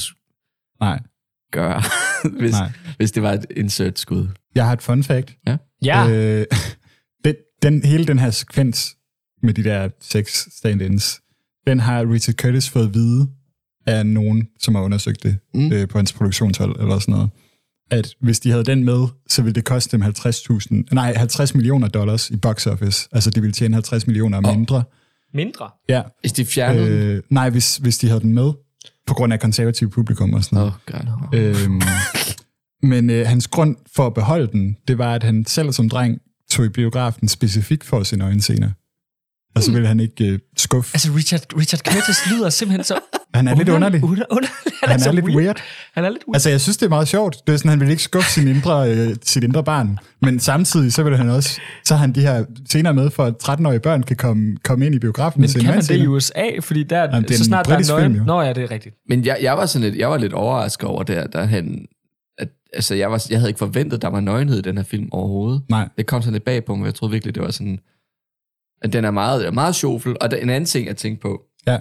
gøre, hvis det var et insert-skud. Jeg har et fun fact. Ja. Hele den her sekvens med de der 6 stand-ins, den har Richard Curtis fået at vide af nogen, som har undersøgt det på hans produktionshold eller sådan noget, at hvis de havde den med, så ville det koste dem $50 millioner i box office. Altså, de ville tjene 50 millioner mindre. Mindre? Ja. Hvis de fjernede nej, hvis de havde den med, på grund af konservativ publikum og sådan noget. Men hans grund for at beholde den, det var, at han selv som dreng tog i biografen specifikt for sine øjenscener. Og så ville han ikke skuffe. Altså, Richard Curtis lyder simpelthen så... Han er lidt underlig. Han er lidt weird. Han er lidt weird. Altså, jeg synes, det er meget sjovt. Det er sådan, han vil ikke skuffe sit indre barn. Men samtidig, så vil han også... Så har han de her scener med, for at 13-årige børn kan komme ind i biografen. Men kan man det i USA? Fordi der, jamen, så snart der er nøgen... Film, Nå ja, det er rigtigt. Men jeg var lidt overrasket over det, da han... Altså, jeg havde ikke forventet, at der var nøgenhed i den her film overhovedet. Nej. Det kom sådan lidt bag på mig. Jeg troede virkelig, det var sådan... At den er meget sjovfuld. Og der en anden ting, jeg tænkte på... Ja.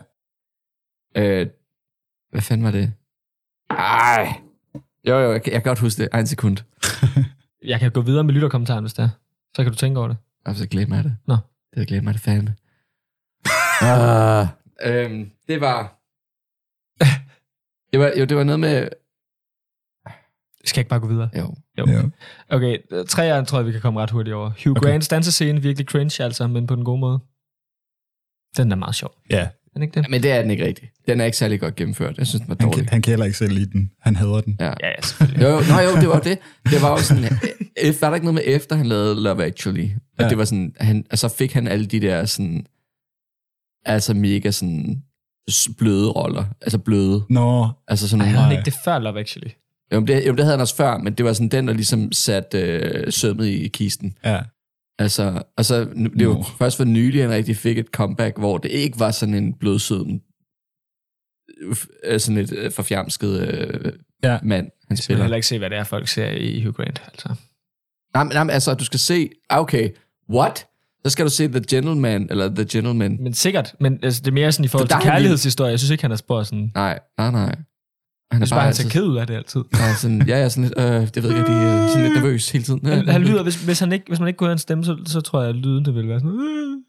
Hvad fanden var det? Ej. Jo, jeg kan godt huske det. 1 sekund. Jeg kan gå videre med lytterkommentaren, hvis det er. Så kan du tænke over det. Så glemmer jeg det. Nå. Det glemmer jeg det fandme. Det var... Det var noget med... Skal jeg ikke bare gå videre? Jo. Okay, 3'eren tror jeg, vi kan komme ret hurtigt over. Hugh Grants dansescene, virkelig cringe altså, men på den gode måde. Den er meget sjov. Ja. Den ikke det? Men det er den ikke rigtig. Den er ikke særlig godt gennemført. Jeg synes, den var dårlig. Han kan heller ikke selv lide den. Han hader den. Ja, selvfølgelig. Jo, det var det. Det var jo sådan... Var der ikke noget med efter, han lavede Love Actually? Og det var sådan... Og så fik han alle de der sådan... Altså mega sådan... bløde roller. Altså bløde. Nå. Altså sådan havde han ikke det før Love Actually? Jo, det havde han også før, men det var sådan den, der ligesom satte sømmet i kisten. Ja. Altså, og så det var først for nylig, han rigtig fik et comeback, hvor det ikke var sådan en blødsøden, sådan et forfjamsket mand, han spiller. Jeg kan heller ikke se, hvad det er, folk ser i Hugh Grant, altså. Nej, altså, du skal se, okay, what? Så skal du se The Gentleman, eller The Gentleman. Men sikkert, men altså, det er mere sådan i forhold til kærlighedshistorie. Jeg synes ikke, han er spurgt sådan... Nej. Han er bare, han ser ked ud af det altid. Ja, sådan, sådan lidt, det ved jeg ikke, de er sådan lidt nervøs hele tiden. Han lyder, hvis man ikke kunne høre en stemme, så tror jeg, at lyden det vil være sådan...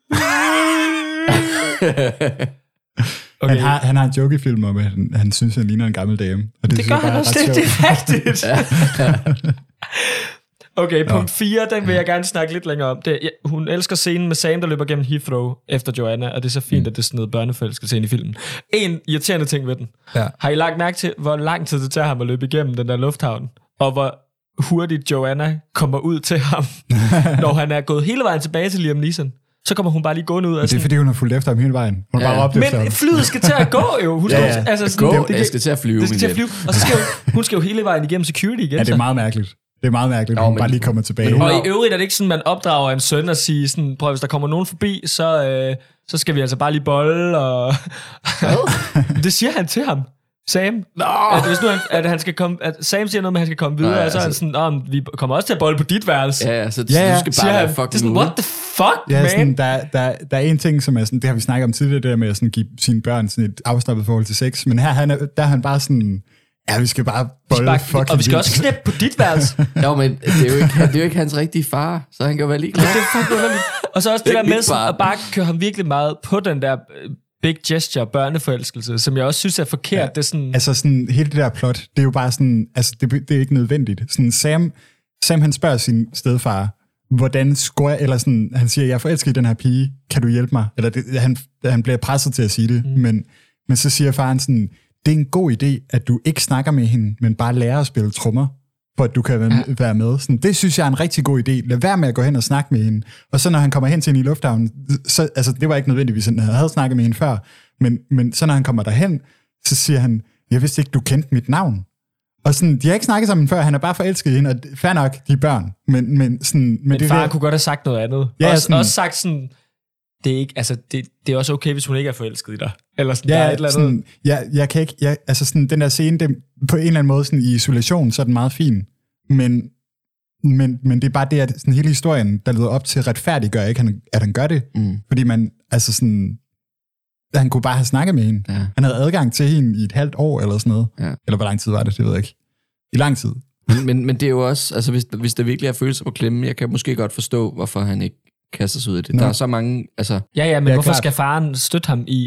Okay. Han har en joke i film om, at han synes, han ligner en gammel dame. Og det gør han også lidt, det er rigtigt. Okay, punkt 4, den vil jeg gerne snakke lidt længere om. Hun elsker scenen med Sam, der løber gennem Heathrow efter Joanna, og det er så fint, at det er sådan noget børneforelskelse ind i filmen. En irriterende ting ved den. Ja. Har I lagt mærke til, hvor lang tid det tager ham at løbe igennem den der lufthavn? Og hvor hurtigt Joanna kommer ud til ham, når han er gået hele vejen tilbage til Liam Neeson? Så kommer hun bare lige gående ud af sådan... Det er fordi, hun har fulgt efter ham hele vejen. Hun har bare råbt efter ham. Men flyet skal til at gå jo. Hun skal det skal til at flyve. Det skal til at flyve. Og så skal hun skal jo hele vejen igennem security igen. Ja, det er meget mærkeligt. Det er meget mærkeligt, at hun bare lige kommer tilbage. Og i øvrigt er det ikke sådan, man opdrager en søn og siger sådan, prøv, hvis der kommer nogen forbi, så skal vi altså bare lige bolle. Og det siger han til ham. Sam. At hvis nu at han skal komme, at Sam siger noget med, at han skal komme videre, og så er han sådan, vi kommer også til at bolle på dit værelse. Ja, så du skal bare være fucking sådan, what the fuck, man? Sådan, der er en ting, som er sådan, det har vi snakket om tidligere, det der med at sådan give sine børn sådan et afslappet forhold til sex, men her der er han bare sådan... Ja, vi skal bare bolle fucking... Og vi skal også knippe på dit værelse. Jo, men det er jo ikke hans rigtige far, så han kan jo være ligeglad. Det er fucking underligt. Og så også det der med sådan, at bare køre ham virkelig meget på den der big gesture børneforelskelse, som jeg også synes er forkert. Ja, det er sådan... Altså sådan, hele det der plot, det er jo bare sådan... Altså, det er ikke nødvendigt. Sådan, Sam han spørger sin stedfar, hvordan skulle jeg... Eller sådan, han siger, jeg er forelsket i den her pige, kan du hjælpe mig? Eller han bliver presset til at sige det, men så siger faren sådan... Det er en god idé, at du ikke snakker med hende, men bare lærer at spille trommer, for at du kan være med. Sådan, det synes jeg er en rigtig god idé. Lad være med at gå hen og snakke med hende. Og så når han kommer hen til hende i lufthavnen, så, altså det var ikke nødvendigvis, at han havde snakket med hende før, men så når han kommer derhen, så siger han, jeg vidste ikke, du kendte mit navn. Og sådan, de har ikke snakket sammen før, han er bare forelsket i hende, og fair nok, de er børn. Men det far kunne godt have sagt noget andet. Ja, også sagt sådan... Det er ikke, altså det er også okay, hvis hun ikke er forelsket i dig. Eller sådan, ja, der er et eller andet. Sådan, jeg kan ikke, altså sådan, den der scene, på en eller anden måde sådan, i isolation, så er den meget fin. Men det er bare det, at sådan, hele historien, der leder op til retfærdiggør ikke, at han gør det. Fordi man, altså sådan, han kunne bare have snakket med hende. Ja. Han havde adgang til hende i et halvt år, eller sådan noget. Ja. Eller hvor lang tid var det, det ved jeg ikke. I lang tid. Men det er jo også, altså hvis der virkelig er følelser på klemme, jeg kan måske godt forstå, hvorfor han ikke kaster sig ud i det. Der er så mange, altså... Ja, men hvorfor skal faren støtte ham i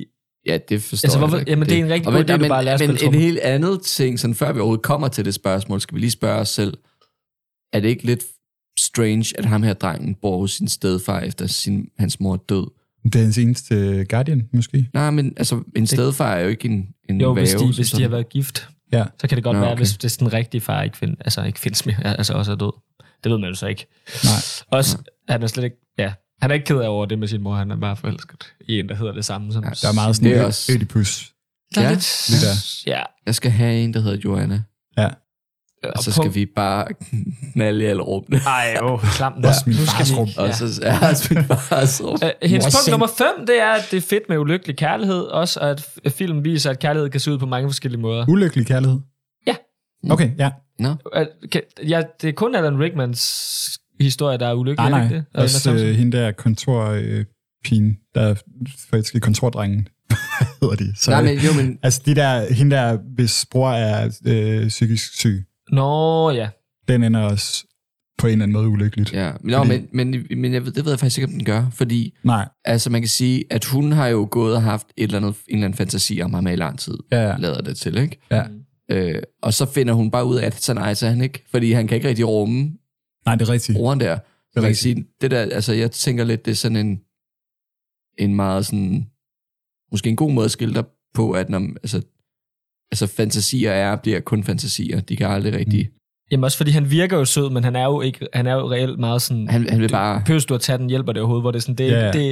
Ja, det forstår Altså, hvorfor, jeg ikke. jamen, det er en rigtig god idé, du bare lærer at spille Men en trommer. helt andet ting, sådan før vi overhovedet kommer til det spørgsmål, skal vi lige spørge os selv, er det ikke lidt strange, at ham her drengen bor hos sin stedfar, efter hans mor er død? Det er hans eneste guardian, måske. Nej, men altså, en stedfar er jo ikke en Jo, væve. hvis de har været gift, Ja. så kan det godt Nå, være, okay. hvis den rigtige far ikke findes mere, altså også er død. Det ved man jo så ikke. Nej. Også, han er slet ikke, han er ikke ked af over det med sin mor, han er bare forelsket i en, der hedder det samme. Som, Ja, Der er meget sådan Det er en også- Ødipus. der er Ja, lidt, lidt ja. Jeg skal have en, der hedder Joanna. Ja. Og så skal vi bare knalde i alle rummene. Ej, klamt. Også min Nu skal fars vi- rum. Og så er jeg min fars rum. Hendes Mor punkt sind. nummer 5, det er, at det er fedt med ulykkelig kærlighed. Også at filmen viser, at kærlighed kan se ud på mange forskellige måder. Ulykkelig kærlighed? Ja. Okay, ja. Nå. Det er kun Alan Rickmans historie, der er ulykkelig. Nej, er det nej. ikke det? Og Også Emma Thompson. hende der kontorpigen, der er faktisk kontordrengen. Hvad hedder de? Så, Nej, men jo, men... altså hende der, hvis bror er psykisk syg, Nå, ja. den ender også på en eller anden måde ulykkeligt. Ja, men, Fordi- men det ved jeg faktisk ikke, om den gør, fordi Nej, altså man kan sige, at hun har jo gået og haft en eller anden fantasi om ham i lang tid, ja. lader det til, ikke? Ja. Og så finder hun bare ud af, at så nice er han ikke, fordi han kan ikke rigtig rumme Nej, det er rigtigt. broren der. Så man kan rigtigt. sige, det der, altså jeg tænker lidt, det er sådan en meget sådan, måske en god måde at skildre på, at når, altså fantasier bliver kun fantasier, de kan aldrig rigtig, Jamen også fordi han virker jo sød, men han er jo reelt meget sådan... han vil bare... Behøves du at tage den, hjælper det overhovedet, hvor det er sådan,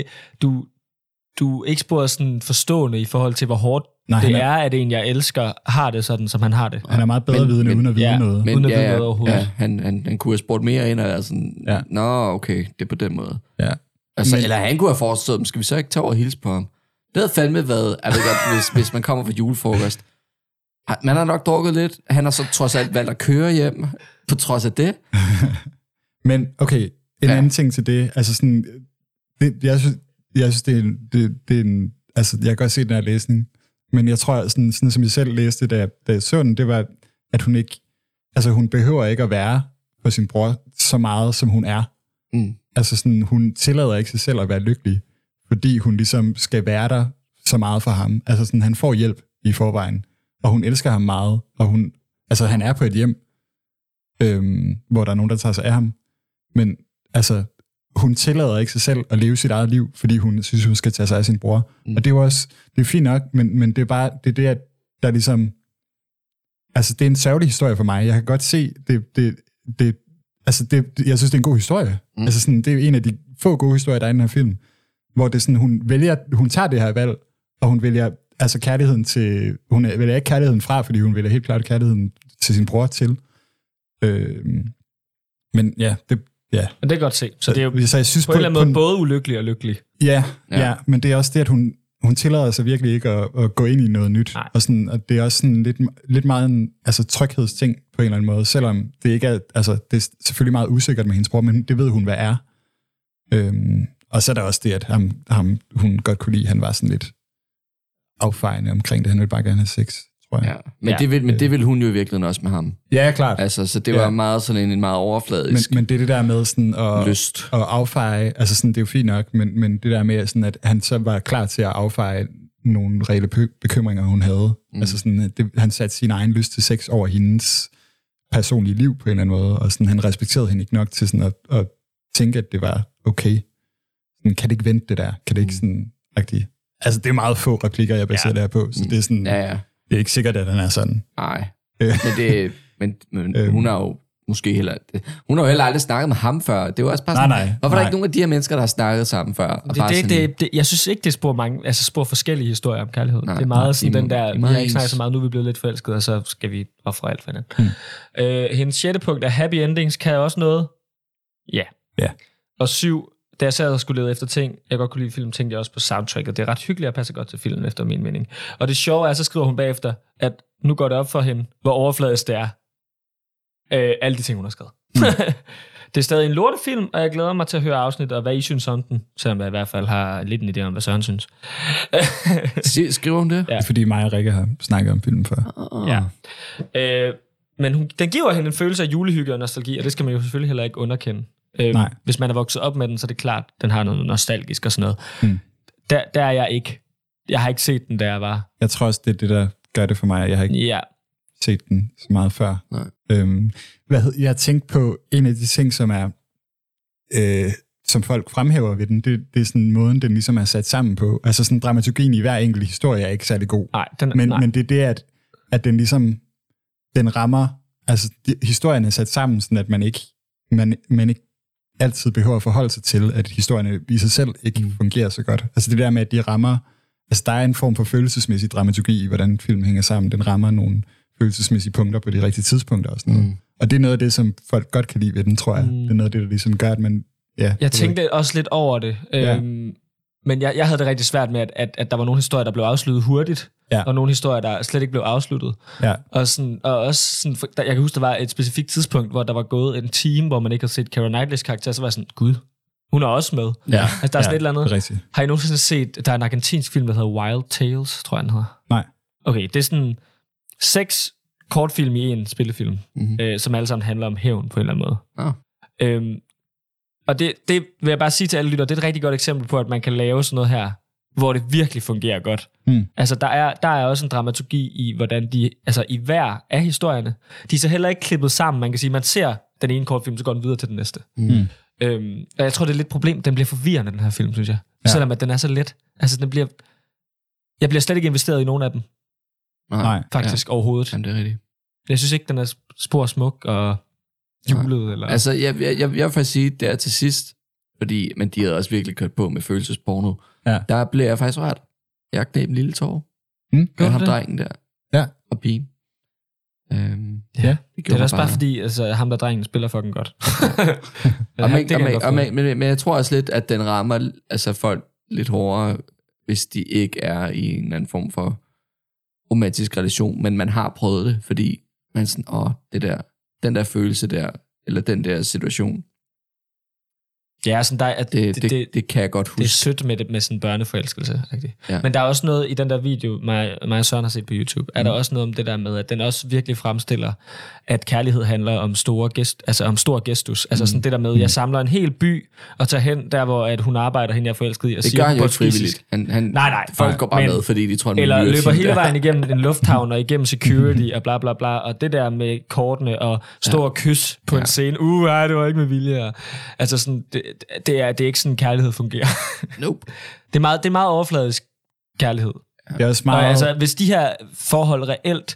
du er ikke spurgt sådan forstående i forhold til, hvor hårdt Nej, det han er, at en, jeg elsker, har det sådan, som han har det. Han er meget bedre Men- vidende, men- uden at vide ja, noget. uden at vide noget overhovedet. Ja, han kunne have spurgt mere ind, og være sådan, Ja. nå, okay, det er på den måde. Ja. Altså, Men- eller han kunne have forestået, skal vi så ikke tage over og hilse på ham? Det havde fandme været, jeg ved godt, hvis man kommer fra julefrokost. Man har nok drukket lidt, han har så trods alt valgt at køre hjem, på trods af det. Men okay, en anden ting til det, altså sådan, jeg synes det er en, altså jeg kan godt se den her læsning, men jeg tror, sådan som jeg selv læste, da jeg så den, det var, at hun ikke, altså hun behøver ikke at være for sin bror så meget, som hun er. Mm. Altså sådan, hun tillader ikke sig selv at være lykkelig, fordi hun ligesom skal være der så meget for ham. Altså sådan, han får hjælp i forvejen, og hun elsker ham meget, og han er på et hjem, hvor der er nogen, der tager sig af ham. Men altså, hun tillader ikke sig selv at leve sit eget liv, fordi hun synes, hun skal tage sig af sin bror. Mm. Og det er jo også, det er fint nok, men det er bare, det at der ligesom, altså det er en sørgelig historie for mig. Jeg kan godt se, jeg synes, det er en god historie. Mm. Altså sådan, det er en af de få gode historier, der er i den her film, hvor det er sådan, hun tager det her valg, og hun vælger altså kærligheden til, hun vælger ikke kærligheden fra, fordi hun vælger helt klart kærligheden til sin bror til. Men ja, Men det kan godt se. Så det er jo så jeg synes på en eller anden måde både ulykkelig og lykkelig. Ja, men det er også det, at hun tillader sig virkelig ikke at gå ind i noget nyt. Nej. Og, sådan, og det er også sådan lidt meget en tryghedsting på en eller anden måde, selvom det ikke er, altså det er selvfølgelig meget usikkert med hendes bror, men det ved hun, hvad er. Og så er der også det, at ham hun godt kunne lide, han var sådan lidt affejende omkring det. Han ville bare gerne have sex, tror jeg. Ja. Men det vil hun jo i virkeligheden også med ham. Ja, klart. Altså, så det var meget sådan en meget overfladisk Men det er det der med sådan lyst. at affeje, altså sådan, det er jo fint nok, men det der med, sådan, at han så var klar til at affeje nogle reelle bekymringer, hun havde. Altså sådan, han satte sin egen lyst til sex over hendes personlige liv på en eller anden måde, og sådan, han respekterede hende ikke nok til sådan at tænke, at det var okay. Sådan, kan det ikke vente det der? Kan det ikke sådan rigtigt? Altså, det er meget få replikker, jeg baserer det her på, så det er sådan, Ja. det er ikke sikkert, at den er sådan. Nej. Men hun har jo måske heller... Hun har jo heller aldrig snakket med ham før. Det er jo også bare sådan... Nej. Hvorfor er der ikke nogen af de her mennesker, der har snakket sammen før? Og bare sådan, Jeg synes ikke, det spor forskellige historier om kærlighed. Nej, det er meget sådan de er den der, vi meget har ikke snakket ens. så meget, nu er vi blevet lidt forelsket, og så skal vi ofre alt for hinanden. Hendes 6. punkt er happy endings, kan også noget. Ja. Og 7, da jeg sad og skulle lede efter ting, jeg godt kunne lide film, tænkte jeg også på soundtracket. Det er ret hyggeligt at passe godt til filmen, efter min mening. Og det sjove er, så skriver hun bagefter, at nu går det op for hende, hvor overfladisk det er. Alle de ting, hun har skrevet. Det er stadig en lortefilm, og jeg glæder mig til at høre afsnit, og hvad I synes om den, selvom jeg i hvert fald har lidt en idé om, hvad Søren synes. Skriver hun det? Ja. Det er fordi mig og Rikke har snakket om filmen før. Ja. Men den giver hende en følelse af julehygge og nostalgi, og det skal man jo selvfølgelig heller ikke underkende. Nej. Hvis man er vokset op med den, så er det klart, den har noget nostalgisk og sådan noget. Der er jeg ikke. Jeg har ikke set den, da jeg var... Jeg tror også, det er det, der gør det for mig. Jeg har ikke set den så meget før. Jeg tænkte på en af de ting, som er... som folk fremhæver ved den, det er sådan måden, den ligesom er sat sammen på. Altså sådan dramaturgien i hver enkelt historie er ikke særlig god. Nej, men det er det, at den ligesom... Den rammer... Altså, historien er sat sammen, sådan at man ikke altid behøver at forholde sig til, at historierne i sig selv ikke fungerer så godt. Altså det der med, at de rammer... Altså der er en form for følelsesmæssig dramaturgi i, hvordan filmen hænger sammen. Den rammer nogle følelsesmæssige punkter på de rigtige tidspunkter og sådan noget. Og det er noget af det, som folk godt kan lide ved den, tror jeg. Det er noget af det, der ligesom gør, at man... Ja, jeg tænkte også lidt over det. Men jeg havde det rigtig svært med, at der var nogle historier, der blev afsluttet hurtigt, og nogle historier, der slet ikke blev afsluttet. Ja. Og også sådan, jeg kan huske, der var et specifikt tidspunkt, hvor der var gået en time, hvor man ikke havde set Keira Knightleys karakter, så var jeg sådan, gud, hun er også med. Ja. Altså, der er sådan et eller andet. Rigtigt. Har I nogensinde set, der er en argentinsk film, der hedder Wild Tales, tror jeg, den hedder? Nej. Okay, det er sådan 6 kortfilm i en spillefilm, som alle sammen handler om hævn på en eller anden måde. Og det vil jeg bare sige til alle lytter, det er et rigtig godt eksempel på, at man kan lave sådan noget her, hvor det virkelig fungerer godt. Altså, der er også en dramaturgi i, hvordan de, altså i hver af historierne, de er så heller ikke klippet sammen. Man kan sige, man ser den ene kortfilm, så går den videre til den næste. Og jeg tror, det er lidt et problem. Den bliver forvirrende, den her film, synes jeg. Selvom at den er så let. Altså, jeg bliver slet ikke investeret i nogen af dem. Nej. Faktisk overhovedet. Jamen, det er rigtigt. Jeg synes ikke, den er spor smuk og julet. Eller... Altså, jeg vil faktisk sige, der til sidst, men de havde også virkelig kørt på med følelsesporno. Ja. Der blev jeg faktisk ret. Jeg knæb en lille tår. Gør ham drengen der. Ja. Og pigen. Det er også bare fordi, altså, ham der drengen spiller fucking godt. Men jeg tror også lidt, at den rammer altså folk lidt hårdere, hvis de ikke er i en eller anden form for romantisk relation, men man har prøvet det, fordi man sådan, den der følelse der, eller den der situation. Ja, sådan det kan jeg godt huske. Det er sødt med sådan børneforelskelse. Ja. Men der er også noget i den der video, mig og Søren har set på YouTube, er der også noget om det der med, at den også virkelig fremstiller, at kærlighed handler om stor gestus. Altså sådan det der med, jeg samler en hel by og tager hen der, hvor at hun arbejder, hende jeg er forelsket i. Og det gør han jo ikke frivilligt. Nej. Folk går bare med, fordi de tror, eller løber hele vejen igennem en lufthavn og igennem security og bla bla bla. Og det der med kortene og stor kys på en scene. Det var ikke med vilje. Altså sådan... Det er ikke sådan, kærlighed fungerer. Nope. Det er meget overfladisk kærlighed. Det er også meget... Altså, hvis de her forhold reelt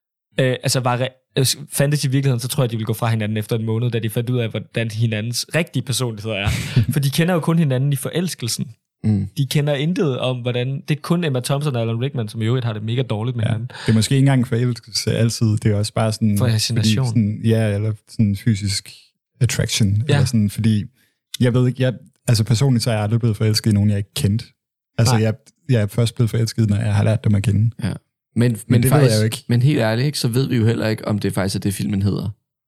fandtes i virkeligheden, så tror jeg, de ville gå fra hinanden efter en måned, da de fandt ud af, hvordan hinandens rigtige personligheder er. For de kender jo kun hinanden i forelskelsen. De kender intet om, hvordan... Det er kun Emma Thompson og Alan Rickman, som i øvrigt har det mega dårligt med hinanden. Det er måske ikke engang forelskelse altid. Det er også bare sådan... Fascination. Sådan, eller sådan fysisk attraction. Eller sådan, fordi... Jeg ved ikke, personligt så er jeg aldrig blevet forelsket i nogen, jeg ikke kendte. Altså, jeg er først blevet forelsket, når jeg har lært dem at kende. Ja. Men det faktisk, ved jeg jo ikke. Men helt ærligt, ikke, så ved vi jo heller ikke, om det faktisk er det, filmen hedder.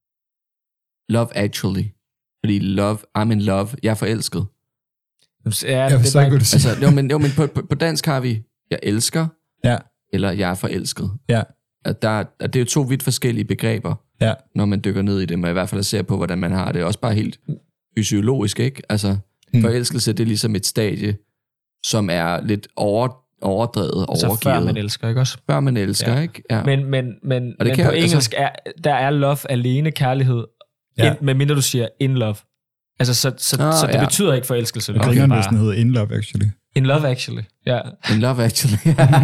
Love Actually. Fordi I'm in love. Jeg er forelsket. Jeg forstår ikke, hvad du siger. Altså, men på dansk har vi, jeg elsker, eller jeg er forelsket. Ja. Det er jo 2 vidt forskellige begreber, når man dykker ned i det, og i hvert fald ser på, hvordan man har det. Også bare helt... fysiologisk, ikke? Altså, forelskelse, det er ligesom et stadie, som er lidt overdrevet, overgivet. Før man elsker, ikke også? Før man elsker, ikke? Ja. Men på engelsk der er love alene kærlighed, medmindre du siger in love. Altså, så det betyder ikke forelskelse. Det kan næsten hedde in love, actually. In love, actually, ja. In love, actually.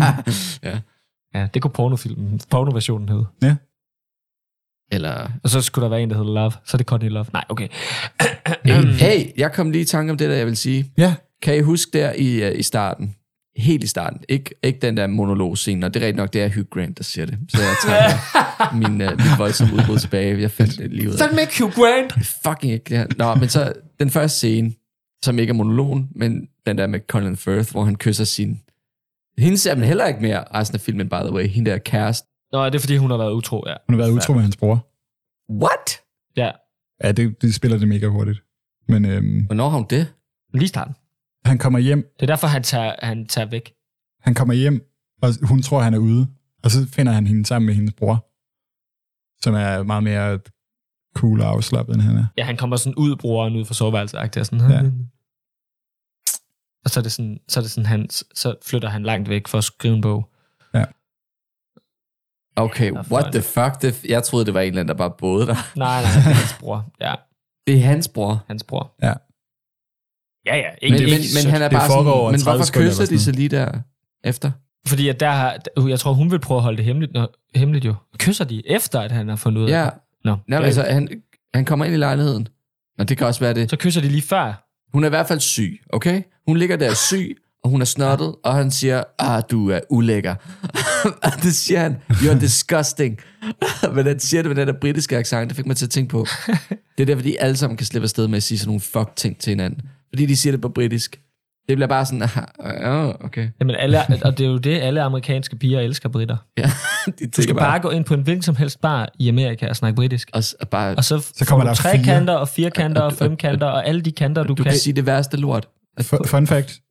Ja, det kunne pornoversionen hedde. Ja. Eller... Og så skulle der være en, der hedder Love. Så er det Courtney Love. Nej, okay. Hey, jeg kom lige i tanke om det der, jeg vil sige. Ja. Kan I huske der i starten? Helt i starten. Ikke den der monologscene, og det er rigtig nok, det er Hugh Grant, der siger det. Så jeg tager min voldsomme udbrud tilbage. Jeg fandt det lige ud af. Så er det ikke Hugh Grant? Fucking ikke. Ja. Nå, men så den første scene, som ikke er monologen, men den der med Colin Firth, hvor han kysser sin... Hende ser man heller ikke mere resten af filmen, by the way. Hende der kæreste. Nå, det er fordi, hun har været utro, ja. Hun har været utro med hans bror. What? Ja. Ja, det spiller det mega hurtigt. Men, hvornår har hun det? Lige starten. Han kommer hjem. Det er derfor, han tager væk. Han kommer hjem, og hun tror, han er ude. Og så finder han hende sammen med hendes bror, som er meget mere cool og afslappet, end han er. Ja, han kommer sådan ud, broren ud fra soveværelset. Sådan. Ja. Og så er det sådan, så flytter han langt væk for at skrive en bog. Ja. Okay, what the fuck? Jeg troede, det var en eller anden, der bare boede der. Nej, det er hans bror. Ja, Det er hans bror. hans bror. Ja. Ja, ikke Men han er Det bare foregår sådan, over men 30 hvorfor sekunder kysser eller de sådan så lige der efter? Fordi at jeg tror, hun vil prøve at holde det hemmeligt jo. Kysser de efter, at han har fundet ud af Ja. det? Nå. Jamen, altså, han kommer ind i lejligheden. Og det kan også være det. Så kysser de lige før. Hun er i hvert fald syg, okay? Hun ligger der syg, og hun er snottet, og han siger, du er ulækker. Og det siger han, you're disgusting. Men han siger det med den der britiske accent, det fik mig til at tænke på. Det er derfor, de alle sammen kan slippe afsted med at sige sådan nogle fuck ting til hinanden. Fordi de siger det på britisk. Det bliver bare sådan, okay. Jamen, og det er jo det, alle amerikanske piger elsker britter. Ja, Du skal bare gå ind på en hvilken som helst bar i Amerika og snakke britisk. Og bare, Og så kommer får du der 3 4. kanter og 4 kanter og 5 kanter og alle de kanter, du du kan sige det værste lort. Fun fact.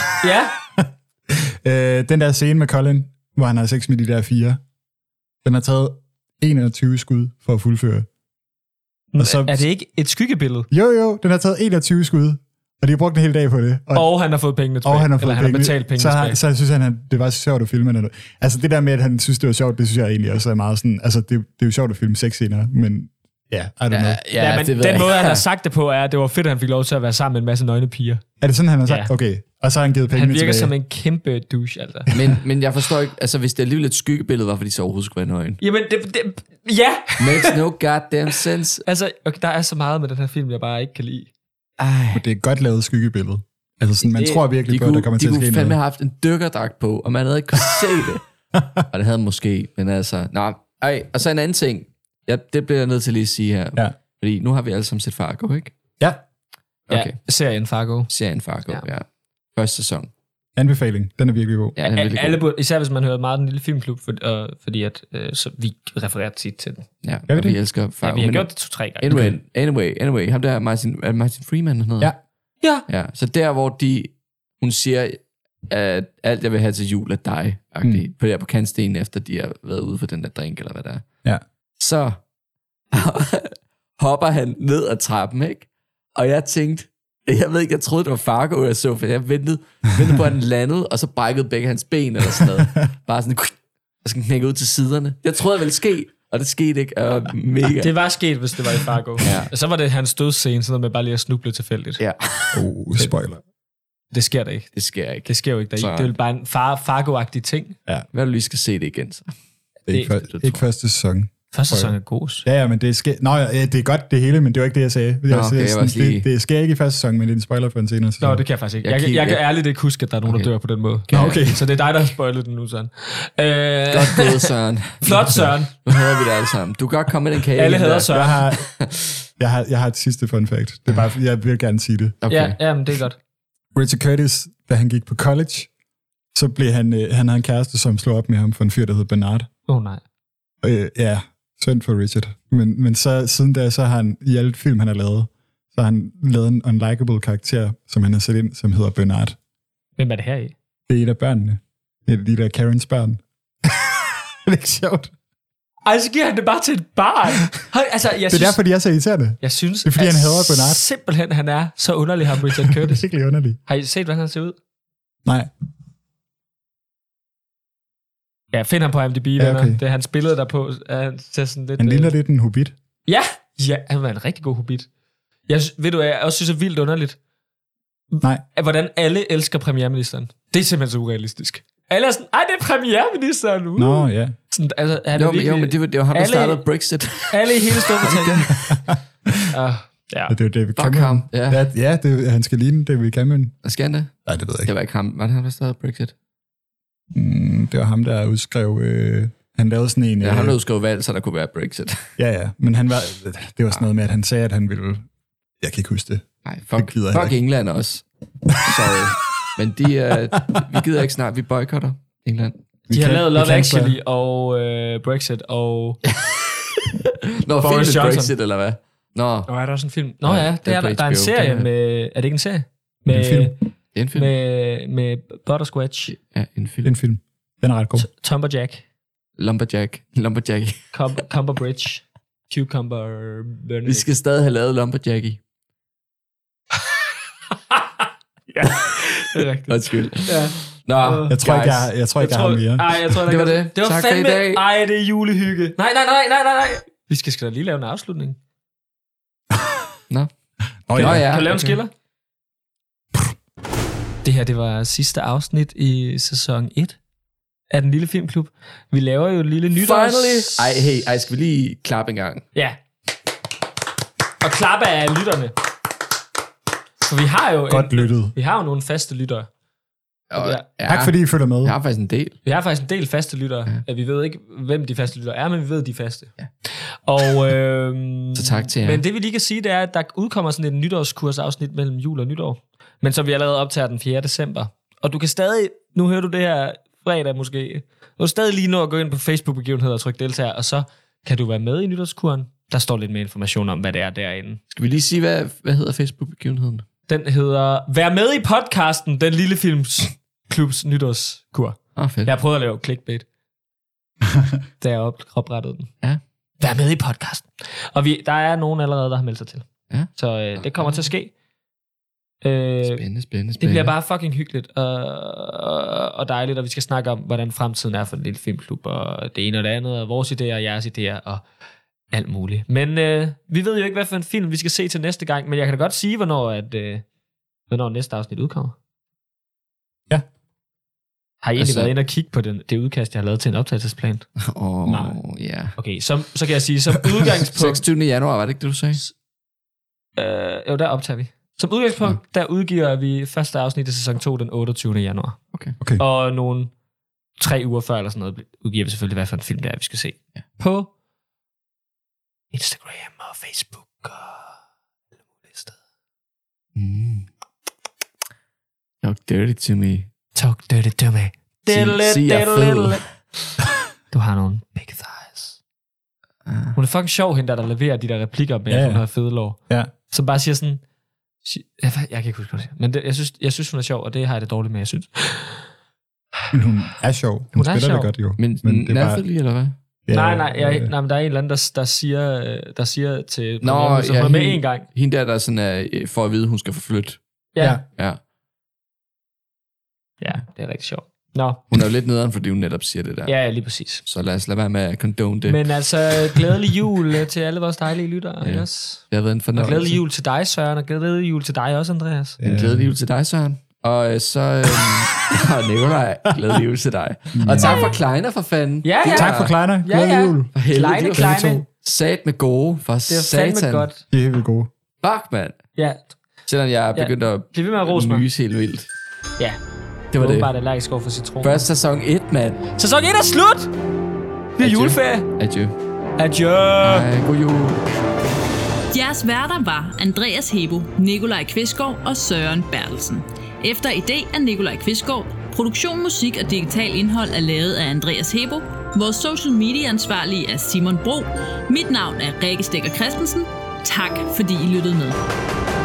Ja. Den der scene med Colin, hvor han har sex med de der 4, den har taget 21 skud for at fuldføre. Og så, Er det ikke et skyggebillede? Jo, den har taget 21 skud, og de har brugt en hel dag på det. Og han har fået pengene tilbage. Og han har fået eller han har betalt pengene tilbage. Så synes han, det var så sjovt at filme det. Altså det der med, at han synes, det var sjovt, det synes jeg egentlig også er meget sådan, altså det er jo sjovt at filme sexscener, men ja, I don't know. Ja, men den måde, han har sagt det på, er, at det var fedt, at han fik lov til at være sammen med en masse nøgne piger. Er det sådan, han har sagt? Ja. Okay, og så har han givet pengene Han virker tilbage. som en kæmpe douche, altså. Men jeg forstår ikke, altså hvis det alligevel et skyggebillede, hvorfor de så overhovedet skulle være nøgen. Jamen, ja! Makes no goddamn sense. Altså, okay, der er så meget med den her film, jeg bare ikke kan lide. Men det er et godt lavet skyggebillede. Altså sådan, man tror virkelig på, at der kommer til at ske De kunne fandme noget. have haft en dykkerdragt på, og man havde ikke kunne se det. Og det havde måske, men altså... Og så en anden ting. Ja, det bliver jeg nødt til lige at sige her. Ja. Fordi nu har vi alle sammen set Fargo, ikke? Ja, Okay. Ja, serien Fargo. Serien Fargo, Ja. ja. Første sæson. anbefaling. Den er virkelig god. Ja, den er virkelig god. Alle burde, især hvis man hører meget den lille filmklub, fordi at, så vi refererer tit til den. Ja, vi og vi det? elsker Ja, Fargo. vi har Men gjort det 2-3 gange. Anyway. Ham der, Martin Freeman, han hedder. Ja. Ja. Ja, så der, hvor hun siger, at alt, jeg vil have til jul er dig, på kantstenen, efter de har været ude for den der drink, eller hvad der er. Ja. Så hopper han ned ad trappen, ikke? Og jeg tænkte, jeg troede, det var Fargo, jeg så, for jeg ventede på, at han landede, og så brækkede begge hans ben, eller sådan noget. Bare sådan, jeg skal knække ud til siderne. Jeg troede, det ville ske, og det skete ikke. Mega. Det var sket, hvis det var i Fargo. Ja. Så var det hans dødsscene, sådan noget med bare lige at snuble tilfældigt. Ja, Spoiler. Det sker der ikke. det sker ikke. Det sker jo ikke der. Så- Det er jo bare en Fargo-agtig ting. Hvad du lige skal se det igen, så. Det er ikke første sæson. Første sæson er god. Ja, men det sker... Nå, ja, det er godt det hele, men det var ikke det, jeg sagde. Nå, okay, jeg var også lige- det sker ikke i første sæson, men det er en spoiler for en senere sæson. Nå, det kan jeg faktisk ikke. Jeg kan ærligt ikke huske, at der er nogen, der dør på den måde. Nå, okay. Så det er dig, der har spoilet den nu, Søren. Godt gået, Søren. Flot, Søren. Nu hader vi det alle sammen. Du kan godt komme med den kage. Alle hader der. Søren. Jeg har et sidste fun fact. Det er bare, jeg vil gerne sige det. Okay. Ja, men det er godt. Richard Curtis, da han gik på college, så blev han havde en kæreste, som slog op med ham for en fyr, der hed Bernard. Nej. Ja, synd for Richard. Men så siden da, så har han i alle film, han har lavet, så har han lavet en unlikable karakter, som han har sat ind, som hedder Bernard. Hvem er det her i? Det er et af børnene. Det er de der Karens børn. Det er ikke sjovt. Ej, så giver han det bare til et barn. Altså, Det er derfor, de er så irriterende. Jeg synes, Det er, fordi at han hader Bernard. simpelthen, han er så underlig, ham Richard Det er Curtis. virkelig underligt. Har I set, hvordan han ser ud? Nej. Ja, find ham på IMDb, Ja, venner. okay. Det er hans billede derpå. Han ser sådan lidt... Han ligner lidt en hobbit. Ja, han var en rigtig god hobbit. Ved du, hvad jeg også synes er vildt underligt? Nej. Hvordan alle elsker premierministeren. Det er simpelthen så urealistisk. Alle er sådan, ej, det er premierministeren nu. Nå, ja. Sådan, altså, han Jo, er virkelig, men det var ham, der alle- startede Brexit. alle i hele Storbritannien. Ja. Og det er David Fuck Cameron. ham, ja. Ja, han skal ligne David Cameron. Hvad skal han det? Nej, det ved jeg Det ikke. var ikke ham. Var det ham, der startede Brexit? Det var ham, der udskrev... han lavede sådan en... Ja, han blev skrevet valg, så der kunne være Brexit. Ja, men han var... Det var sådan noget med, at han sagde, at han ville... Jeg kan ikke huske det. Nej, Det fuck gider jeg ikke. England også. Sorry. Men vi gider ikke snart. Vi boykotter England. De har lavet Love vi kan Actually og Brexit og... Nå, Boris filmen Johnson. Brexit, eller hvad? Nå, Nå, er der også en film? Nå ja, det den er på der. Der er en HBO. serie Den er- med... Er det ikke en serie? En film. det er en film. Med Butterscotch, Ja, en film. En film. Den er ret god. Lumberjack, Lumberjack. Cumberbridge, Cucumber, Benedict. Vi skal stadig have lavet Lumberjackie. Ja, Det er rigtigt. Undskyld. Ja. Nå, Jeg tror ikke, jeg har mere. Nej, jeg tror, det var det. Det var Tak for fandme... i dag. Ej, det er julehygge. Nej. Vi skal da lige lave en afslutning. Nå. Nå, ja. Kan du lave en skiller? Det her, det var sidste afsnit i sæson 1 af Den Lille Filmklub. Vi laver jo et lille nytårs... Finally! Ej, skal vi lige klappe en gang? Ja. Og klappe af lytterne. For vi har jo... Godt lyttet. Vi har jo nogle faste lyttere. Ja. Tak fordi I følger med. Jeg har faktisk en del. Vi har faktisk en del faste lyttere. Ja. Vi ved ikke, hvem de faste lyttere er, men vi ved, de er faste. Ja. Og, så tak til jer. Men det vi lige kan sige, det er, at der udkommer sådan et nytårskursafsnit mellem jul og nytår. Men så vi allerede optager den 4. december. Og du kan stadig, nu hører du det her fredag måske, du kan stadig lige nå at gå ind på Facebook-begivenheder og trykke deltager, og så kan du være med i nytårskuren. Der står lidt mere information om, hvad det er derinde. Skal vi lige sige, hvad hedder Facebook-begivenheden? Den hedder Vær med i podcasten, Den Lille Filmklubs nytårskur. Fedt. Jeg har prøvet at lave clickbait, da jeg oprettede den. Ja. Vær med i podcasten. Og der er nogen allerede, der har meldt sig til. Ja. Så det kommer til at ske. Spændende. Det bliver bare fucking hyggeligt og dejligt, og vi skal snakke om, hvordan fremtiden er for Den Lille Filmklub, og det ene og det andet, og vores idéer og jeres idéer, og alt muligt. Men vi ved jo ikke, hvad for en film vi skal se til næste gang, men jeg kan da godt sige, hvornår næste afsnit udkommer. Ja. Har I egentlig været inde og kigge på det udkast, jeg har lavet til en optagelsesplan? Nej. Ja. Okay, så kan jeg sige, som udgangspunkt... 26. januar, var det ikke det, du sagde? Jo, der optager vi. Som udgangspunkt, der udgiver vi første afsnit af sæson 2 den 28. januar. Okay. Og nogle 3 uger før eller sådan noget, udgiver vi selvfølgelig, hvad for en film det er, vi skal se. Ja. På Instagram og Facebook og alle mulige steder. Talk dirty to me. Talk dirty to me. Sig jeg fed. Du har nogle big thighs. Hun er fucking sjov, hende der leverer de der replikker med, at hun har fede lår. Ja. Som bare siger sådan... Jeg kan ikke huske, hvad det siger. Men jeg synes, hun er sjov, og det har jeg det dårligt med, jeg synes. Men hun er sjov. Hun spiller det godt, jo. Men det er bare... eller hvad? Ja, nej, men der er en eller anden, der siger til premieren, så hun er med en gang. Hende der sådan er for at vide, hun skal forflytte. Ja, det er rigtig sjovt. Nå. Hun er jo lidt nederen, fordi hun netop siger det der. Ja, lige præcis. Så lad os lade være med at condone det. Men altså, glædelig jul til alle vores dejlige lyttere. Ja. Det har været en fornøjelse. Og glædelig jul til dig, Søren, og glædelig jul til dig også, Andreas. En glædelig jul til dig, Søren. Og så... Nikolaj, glædelig jul til dig. Og tak for Kleiner, for fanden. Ja. Tak for Kleiner. Glædelig jul. For helvede. Kleine. Sat med gode, for satan. Det er fandme godt. Det er helt gode. Fuck, mand. Ja. Selvom jeg er begyndt at nyse helt vildt. Ja. Det var det. Bare allergisk over for citron. Først sæson 1, mand. Sæson 1 er slut! Det er juleferie. Adieu. Hej, god jul. Jeres værter var Andreas Hebo, Nikolaj Kvistgaard og Søren Bertelsen. Efter idé af Nikolaj Kvistgaard, produktion, musik og digital indhold er lavet af Andreas Hebo. Vores social media ansvarlige er Simon Bro. Mit navn er Rikke Stikker Christensen. Tak fordi I lyttede med.